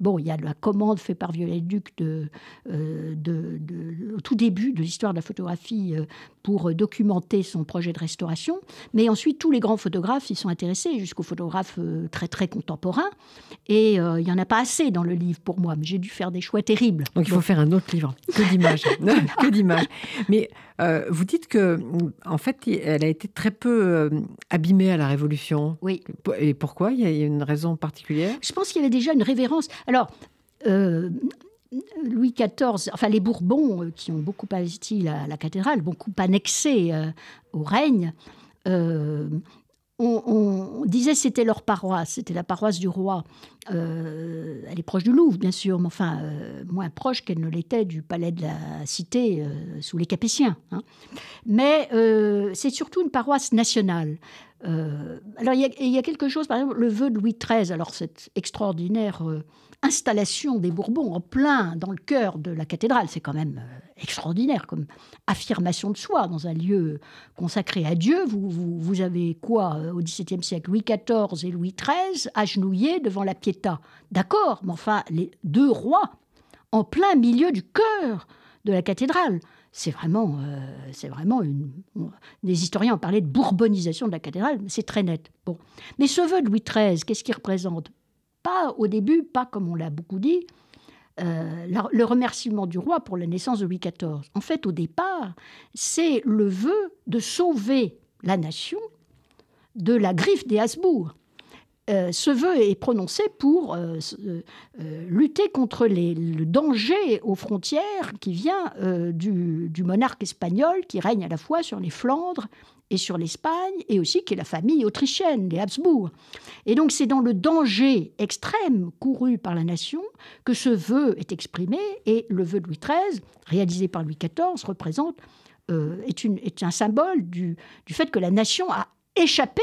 Bon, il y a la commande faite par Viollet-le-Duc de, euh, de, de, au tout début de l'histoire de la photographie euh, pour documenter son projet de restauration. Mais ensuite, tous les grands photographes y sont intéressés, jusqu'aux photographes euh, très, très contemporains. Et euh, il n'y en a pas assez dans le livre pour moi, mais j'ai dû faire des choix terribles. Donc il faut bon. faire un autre livre, que d'images. que d'images. Mais euh, vous dites que, en fait, elle a été très peu euh, abîmée à la Révolution. Oui. Et pourquoi ? Il y a une raison particulière ? Je pense qu'il y avait déjà une révérence. Alors, euh, Louis quatorze, enfin les Bourbons, euh, qui ont beaucoup investi la, la cathédrale, beaucoup annexé euh, au règne, euh, on, on disait que c'était leur paroisse, c'était la paroisse du roi. Euh, elle est proche du Louvre, bien sûr, mais enfin, euh, moins proche qu'elle ne l'était du palais de la Cité euh, sous les Capétiens. Hein. Mais euh, c'est surtout une paroisse nationale. Euh, alors, il y, y a quelque chose, par exemple, le vœu de Louis treize, alors cette extraordinaire euh, installation des Bourbons en plein dans le cœur de la cathédrale, c'est quand même euh, extraordinaire comme affirmation de soi dans un lieu consacré à Dieu. Vous, vous, vous avez quoi euh, au XVIIe siècle ? Louis quatorze et Louis treize agenouillés devant la Pietà. D'accord, mais enfin, les deux rois en plein milieu du cœur de la cathédrale. C'est vraiment, euh, c'est vraiment une... Les historiens ont parlé de bourbonisation de la cathédrale, mais c'est très net. Bon. Mais ce vœu de Louis treize, qu'est-ce qu'il représente ? Pas au début, pas comme on l'a beaucoup dit, euh, la, le remerciement du roi pour la naissance de Louis quatorze. En fait, au départ, c'est le vœu de sauver la nation de la griffe des Habsbourg. Euh, ce vœu est prononcé pour euh, euh, lutter contre les, le danger aux frontières qui vient euh, du, du monarque espagnol qui règne à la fois sur les Flandres et sur l'Espagne, et aussi qui est la famille autrichienne, les Habsbourg. Et donc c'est dans le danger extrême couru par la nation que ce vœu est exprimé, et le vœu de Louis treize, réalisé par Louis quatorze, représente, euh, est, une, est un symbole du, du fait que la nation a échappé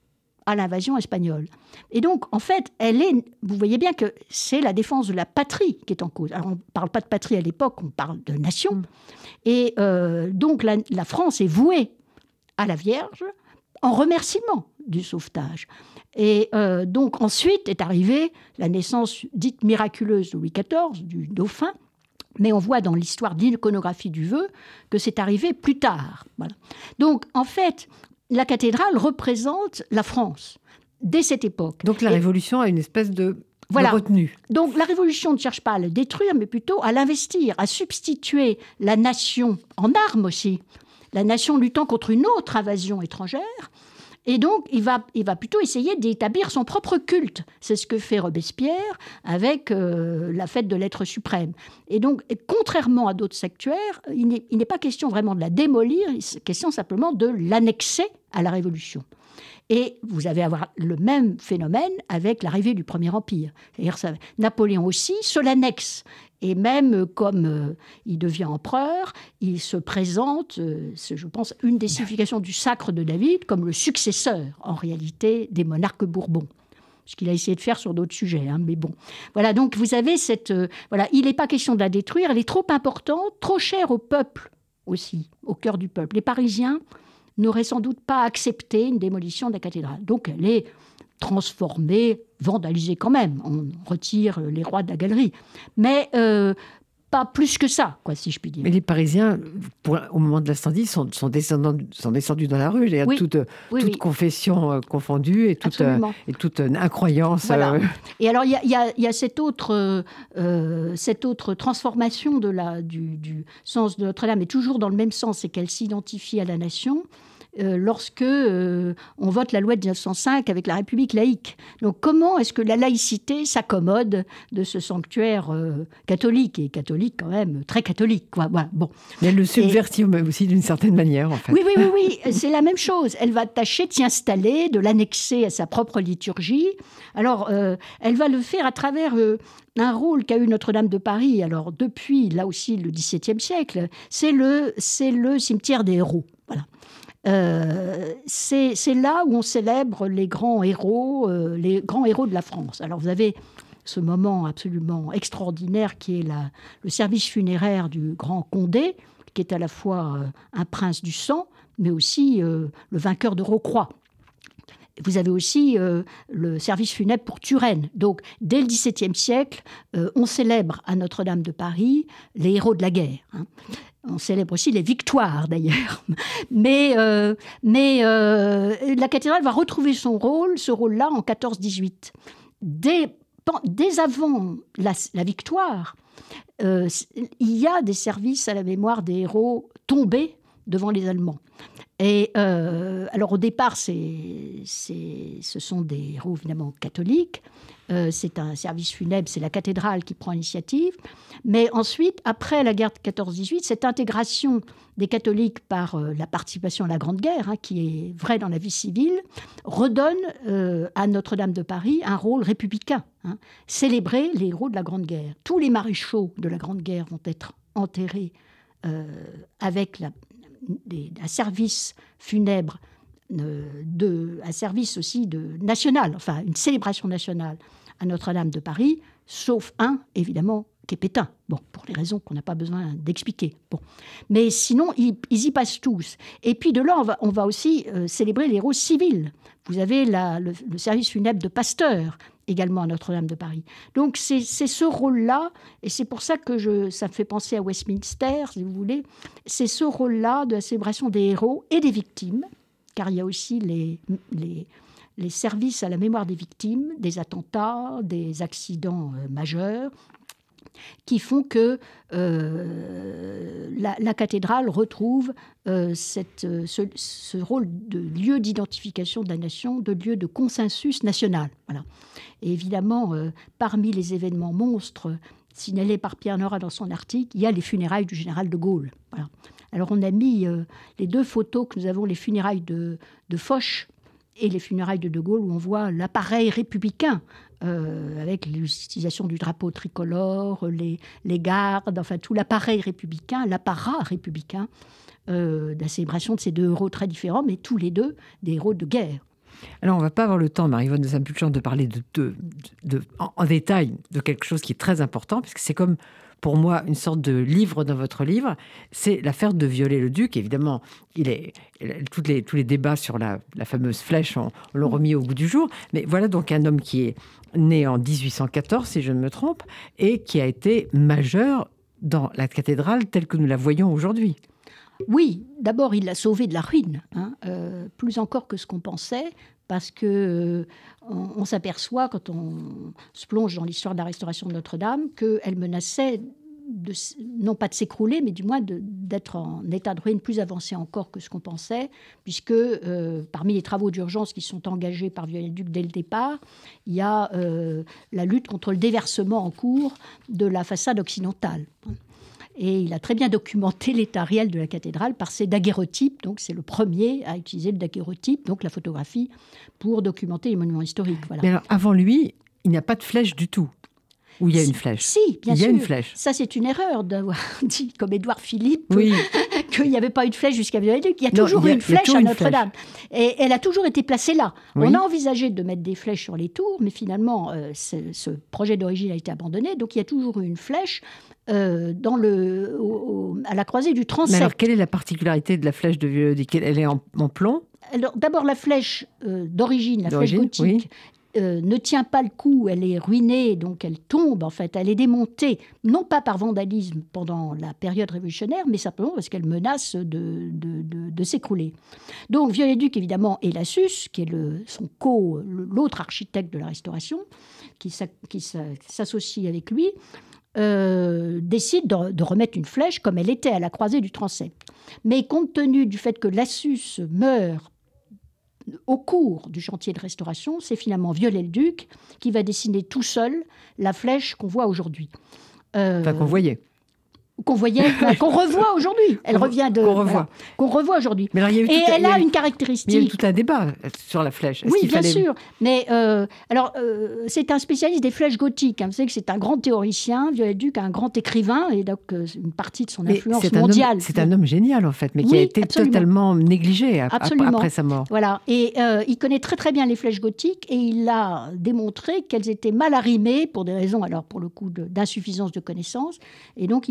à l'invasion espagnole. Et donc, en fait, elle est, vous voyez bien que c'est la défense de la patrie qui est en cause. Alors, on ne parle pas de patrie à l'époque, on parle de nation. Et euh, donc, la, la France est vouée à la Vierge en remerciement du sauvetage. Et euh, donc, ensuite est arrivée la naissance dite miraculeuse de Louis quatorze, du dauphin. Mais on voit dans l'histoire d'iconographie du vœu que c'est arrivé plus tard. Voilà. Donc, en fait, la cathédrale représente la France dès cette époque. Donc la Et, Révolution a une espèce de, voilà. de retenue. Donc la Révolution ne cherche pas à le détruire, mais plutôt à l'investir, à substituer la nation en armes aussi, la nation luttant contre une autre invasion étrangère. Et donc, il va, il va plutôt essayer d'établir son propre culte. C'est ce que fait Robespierre avec euh, la fête de l'être suprême. Et donc, et contrairement à d'autres sectaires, il n'est, il n'est pas question vraiment de la démolir, il est question simplement de l'annexer à la Révolution. Et vous allez avoir le même phénomène avec l'arrivée du Premier Empire. C'est-à-dire ça, Napoléon aussi se l'annexe. Et même comme euh, il devient empereur, il se présente, euh, c'est, je pense, une des significations du sacre de David, comme le successeur, en réalité, des monarques bourbons. Ce qu'il a essayé de faire sur d'autres sujets, hein, mais bon. Voilà, donc vous avez cette... Euh, voilà, il n'est pas question de la détruire, elle est trop importante, trop chère au peuple aussi, au cœur du peuple. Les Parisiens n'auraient sans doute pas accepté une démolition de la cathédrale. Donc elle est transformée, vandalisée quand même. On retire les rois de la galerie. Mais euh, pas plus que ça, quoi, si je puis dire. Mais les Parisiens, pour, au moment de l'incendie, sont, sont, descendus, sont descendus dans la rue. Il y a oui. toute, oui, toute oui. confession euh, confondue et toute, euh, et toute euh, incroyance. Voilà. Euh... Et alors, il y a, y a, y a cette, autre, euh, cette autre transformation de la, du, du sens de Notre-Dame, mais toujours dans le même sens, c'est qu'elle s'identifie à la nation. Euh, lorsque euh, on vote la loi de dix-neuf cent cinq avec la République laïque. Donc comment est-ce que la laïcité s'accommode de ce sanctuaire euh, catholique, et catholique quand même, très catholique, quoi. Voilà, bon. Mais elle le subvertit et... aussi d'une certaine manière, en fait. Oui, oui, oui, oui, c'est la même chose. Elle va tâcher d'y installer, de l'annexer à sa propre liturgie. Alors, euh, elle va le faire à travers... Euh, un rôle qu'a eu Notre-Dame de Paris, alors depuis, là aussi, le dix-septième siècle, c'est le, c'est le cimetière des héros. Voilà. Euh, c'est, c'est là où on célèbre les grands héros, euh, les grands héros de la France. Alors vous avez ce moment absolument extraordinaire qui est la, le service funéraire du grand Condé, qui est à la fois euh, un prince du sang, mais aussi euh, le vainqueur de Rocroi. vous avez aussi euh, le service funèbre pour Turenne. Donc, dès le XVIIe siècle, euh, on célèbre à Notre-Dame de Paris les héros de la guerre. Hein. On célèbre aussi les victoires, d'ailleurs. Mais, euh, mais euh, la cathédrale va retrouver son rôle, ce rôle-là, en quatorze dix-huit. Dès, dès avant la, la victoire, euh, il y a des services à la mémoire des héros tombés devant les Allemands. Et euh, alors au départ, c'est, c'est, ce sont des héros évidemment catholiques. Euh, c'est un service funèbre, c'est la cathédrale qui prend l'initiative. Mais ensuite, après la guerre de quatorze dix-huit, cette intégration des catholiques par euh, la participation à la Grande Guerre, hein, qui est vraie dans la vie civile, redonne euh, à Notre-Dame de Paris un rôle républicain. Hein, célébrer les héros de la Grande Guerre. Tous les maréchaux de la Grande Guerre vont être enterrés euh, avec la Des, un service funèbre, euh, de, un service aussi de, national, enfin une célébration nationale à Notre-Dame de Paris, sauf un, évidemment, qui est Pétain. Bon, pour les raisons qu'on n'a pas besoin d'expliquer. Bon. Mais sinon, ils, ils y passent tous. Et puis de là, on va, on va aussi euh, célébrer les héros civils. Vous avez la, le, le service funèbre de Pasteur, également à Notre-Dame de Paris. Donc c'est, c'est ce rôle-là, et c'est pour ça que je, ça me fait penser à Westminster, si vous voulez, c'est ce rôle-là de la célébration des héros et des victimes, car il y a aussi les, les, les services à la mémoire des victimes, des attentats, des accidents euh, majeurs, qui font que euh, la, la cathédrale retrouve euh, cette, ce, ce rôle de lieu d'identification de la nation, de lieu de consensus national. Voilà. Et évidemment, euh, parmi les événements monstres signalés par Pierre Nora dans son article, il y a les funérailles du général de Gaulle. Voilà. Alors on a mis euh, les deux photos que nous avons, les funérailles de, de Foch et les funérailles de De Gaulle, où on voit l'appareil républicain, euh, avec l'utilisation du drapeau tricolore, les, les gardes, enfin tout l'appareil républicain, l'apparat républicain, euh, de la célébration de ces deux héros très différents, mais tous les deux des héros de guerre. Alors, on ne va pas avoir le temps, Marie-Yvonne de Saint-Pulchon, de parler de, de, de, de, en, en détail de quelque chose qui est très important, puisque c'est comme, pour moi, une sorte de livre dans votre livre. C'est l'affaire de Viollet-le-Duc. Évidemment, il est, toutes les, tous les débats sur la, la fameuse flèche, on, on l'ont remis au goût du jour. Mais voilà donc un homme qui est né en dix-huit cent quatorze, si je ne me trompe, et qui a été majeur dans la cathédrale telle que nous la voyons aujourd'hui. Oui, d'abord, il l'a sauvée de la ruine, hein, euh, plus encore que ce qu'on pensait, parce que euh, on, on s'aperçoit, quand on se plonge dans l'histoire de la restauration de Notre-Dame, qu'elle menaçait, de, non pas de s'écrouler, mais du moins de, d'être en état de ruine plus avancé encore que ce qu'on pensait, puisque euh, parmi les travaux d'urgence qui sont engagés par Viollet-le-Duc dès le départ, il y a euh, la lutte contre le déversement en cours de la façade occidentale. Et il a très bien documenté l'état réel de la cathédrale par ses daguerreotypes. Donc, c'est le premier à utiliser le daguerreotype, donc la photographie, pour documenter les monuments historiques. Voilà. Mais alors, avant lui, il n'y a pas de flèche du tout. Ou il y a une flèche. Si, bien il y sûr. a une flèche. Ça, c'est une erreur d'avoir dit, comme Édouard Philippe, oui. qu'il n'y avait pas eu de flèche jusqu'à Viollet-le-Duc. Il y a non, toujours il y a, eu une flèche toujours à Notre-Dame. Et elle a toujours été placée là. Oui. On a envisagé de mettre des flèches sur les tours, mais finalement, euh, ce projet d'origine a été abandonné. Donc, il y a toujours eu une flèche euh, dans le, au, au, à la croisée du transept. Mais alors, quelle est la particularité de la flèche de Viollet-le-Duc ? Elle est en, en plomb ? Alors, d'abord, la flèche euh, d'origine, la d'origine, flèche gothique, oui. Euh, ne tient pas le coup, elle est ruinée, donc elle tombe, en fait, elle est démontée, non pas par vandalisme pendant la période révolutionnaire, mais simplement parce qu'elle menace de, de, de, de s'écrouler. Donc Viollet-le-Duc, évidemment, et Lassus, qui est le, son co, l'autre architecte de la Restauration, qui, s'a, qui s'a, s'associe avec lui, euh, décide de, de remettre une flèche comme elle était à la croisée du transept. Mais compte tenu du fait que Lassus meurt au cours du chantier de restauration, c'est finalement Viollet-le-Duc qui va dessiner tout seul la flèche qu'on voit aujourd'hui. Euh, enfin, qu'on voyait. Qu'on voyait, enfin, qu'on revoit aujourd'hui. Elle revient de... Qu'on revoit. Voilà, qu'on revoit aujourd'hui. Mais alors, il y a eu Et tout elle a, a eu, une caractéristique... Il y a eu tout un débat sur la flèche. Est-ce oui, qu'il bien fallait... sûr. Mais euh, alors, euh, c'est un spécialiste des flèches gothiques. Hein. Vous savez que c'est un grand théoricien, Viollet-le-Duc, un grand écrivain, et donc euh, une partie de son mais influence c'est mondiale. Homme, c'est un homme génial, en fait, mais qui oui, a été absolument. totalement négligé à, absolument. après sa mort. Voilà. Et euh, il connaît très très bien les flèches gothiques, et il a démontré qu'elles étaient mal arrimées pour des raisons, alors pour le coup, de, d'insuffisance de connaissances. Et donc, il va concevoir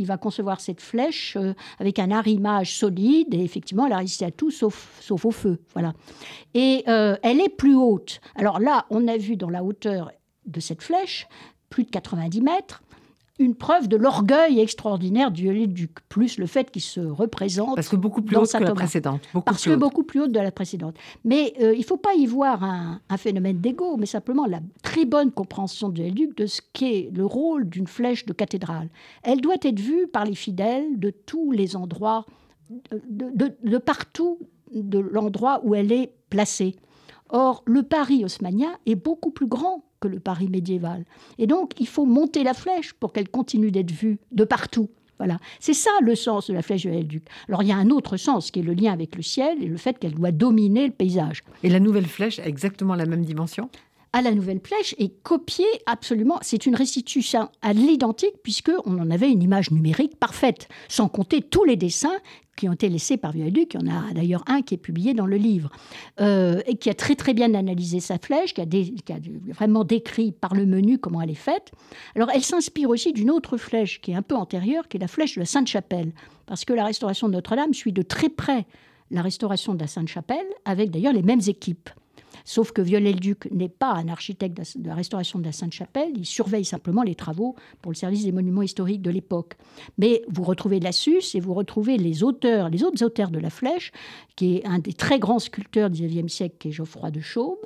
recevoir cette flèche euh, avec un arrimage solide, et effectivement, elle a résisté à tout sauf, sauf au feu. Voilà. Et euh, elle est plus haute. Alors là, on a vu dans la hauteur de cette flèche, plus de quatre-vingt-dix mètres, une preuve de l'orgueil extraordinaire du viollet-le-duc, plus le fait qu'il se représente. Parce que beaucoup plus dans haute que la Saint-Thomas. précédente. Beaucoup Parce plus que haute. beaucoup plus haute de la précédente. Mais euh, il ne faut pas y voir un, un phénomène d'ego, mais simplement la très bonne compréhension du viollet-le-duc de ce qu'est le rôle d'une flèche de cathédrale. Elle doit être vue par les fidèles de tous les endroits, de, de, de partout de l'endroit où elle est placée. Or, le Paris haussmannien est beaucoup plus grand que le Paris médiéval. Et donc, il faut monter la flèche pour qu'elle continue d'être vue de partout. Voilà. C'est ça le sens de la flèche du viollet-le-duc. Alors, il y a un autre sens qui est le lien avec le ciel et le fait qu'elle doit dominer le paysage. Et la nouvelle flèche a exactement la même dimension ? À la nouvelle flèche est copiée absolument. C'est une restitution à l'identique puisqu'on en avait une image numérique parfaite, sans compter tous les dessins qui ont été laissés par Viollet-le-Duc. Il y en a d'ailleurs un qui est publié dans le livre, euh, et qui a très très bien analysé sa flèche, qui a, dé, qui a vraiment décrit par le menu comment elle est faite. Alors elle s'inspire aussi d'une autre flèche qui est un peu antérieure, qui est la flèche de la Sainte-Chapelle, parce que la restauration de Notre-Dame suit de très près la restauration de la Sainte-Chapelle, avec d'ailleurs les mêmes équipes. Sauf que Viollet-le-Duc n'est pas un architecte de la restauration de la Sainte-Chapelle, il surveille simplement les travaux pour le service des monuments historiques de l'époque. Mais vous retrouvez Lassus et vous retrouvez les auteurs, les autres auteurs de la flèche, qui est un des très grands sculpteurs du dix-neuvième siècle, qui est Geoffroy de Chaume,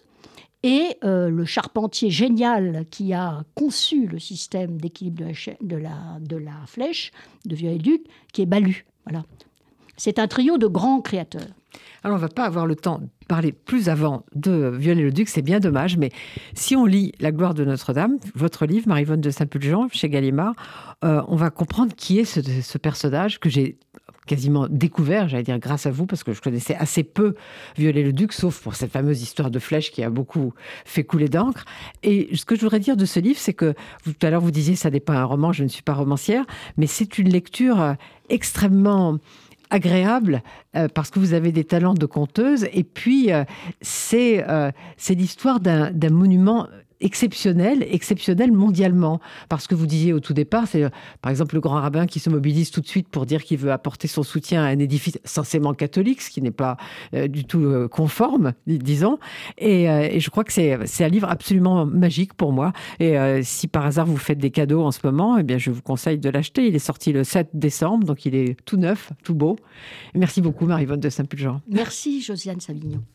et euh, le charpentier génial qui a conçu le système d'équilibre de la, de la, de la flèche de Viollet-le-Duc, qui est Balue. Voilà. C'est un trio de grands créateurs. Alors, on ne va pas avoir le temps de parler plus avant de Viollet-le-Duc, c'est bien dommage, mais si on lit La gloire de Notre-Dame, votre livre, Marie-Vonne de Saint-Pulgent, chez Gallimard, euh, on va comprendre qui est ce, ce personnage que j'ai quasiment découvert, j'allais dire grâce à vous, parce que je connaissais assez peu Viollet-le-Duc, sauf pour cette fameuse histoire de flèche qui a beaucoup fait couler d'encre. Et ce que je voudrais dire de ce livre, c'est que vous, tout à l'heure vous disiez ça n'est pas un roman, je ne suis pas romancière, mais c'est une lecture extrêmement agréable euh, parce que vous avez des talents de conteuse, et puis euh, c'est, euh, c'est l'histoire d'un, d'un monument exceptionnel, exceptionnel mondialement. Parce que vous disiez au tout départ, c'est euh, par exemple le grand rabbin qui se mobilise tout de suite pour dire qu'il veut apporter son soutien à un édifice censément catholique, ce qui n'est pas euh, du tout euh, conforme, disons. Et, euh, et je crois que c'est, c'est un livre absolument magique pour moi. Et euh, si par hasard vous faites des cadeaux en ce moment, eh bien je vous conseille de l'acheter. Il est sorti le sept décembre, donc il est tout neuf, tout beau. Et merci beaucoup Marie-Vonne de Saint-Pulgent. Merci Josiane Savignon.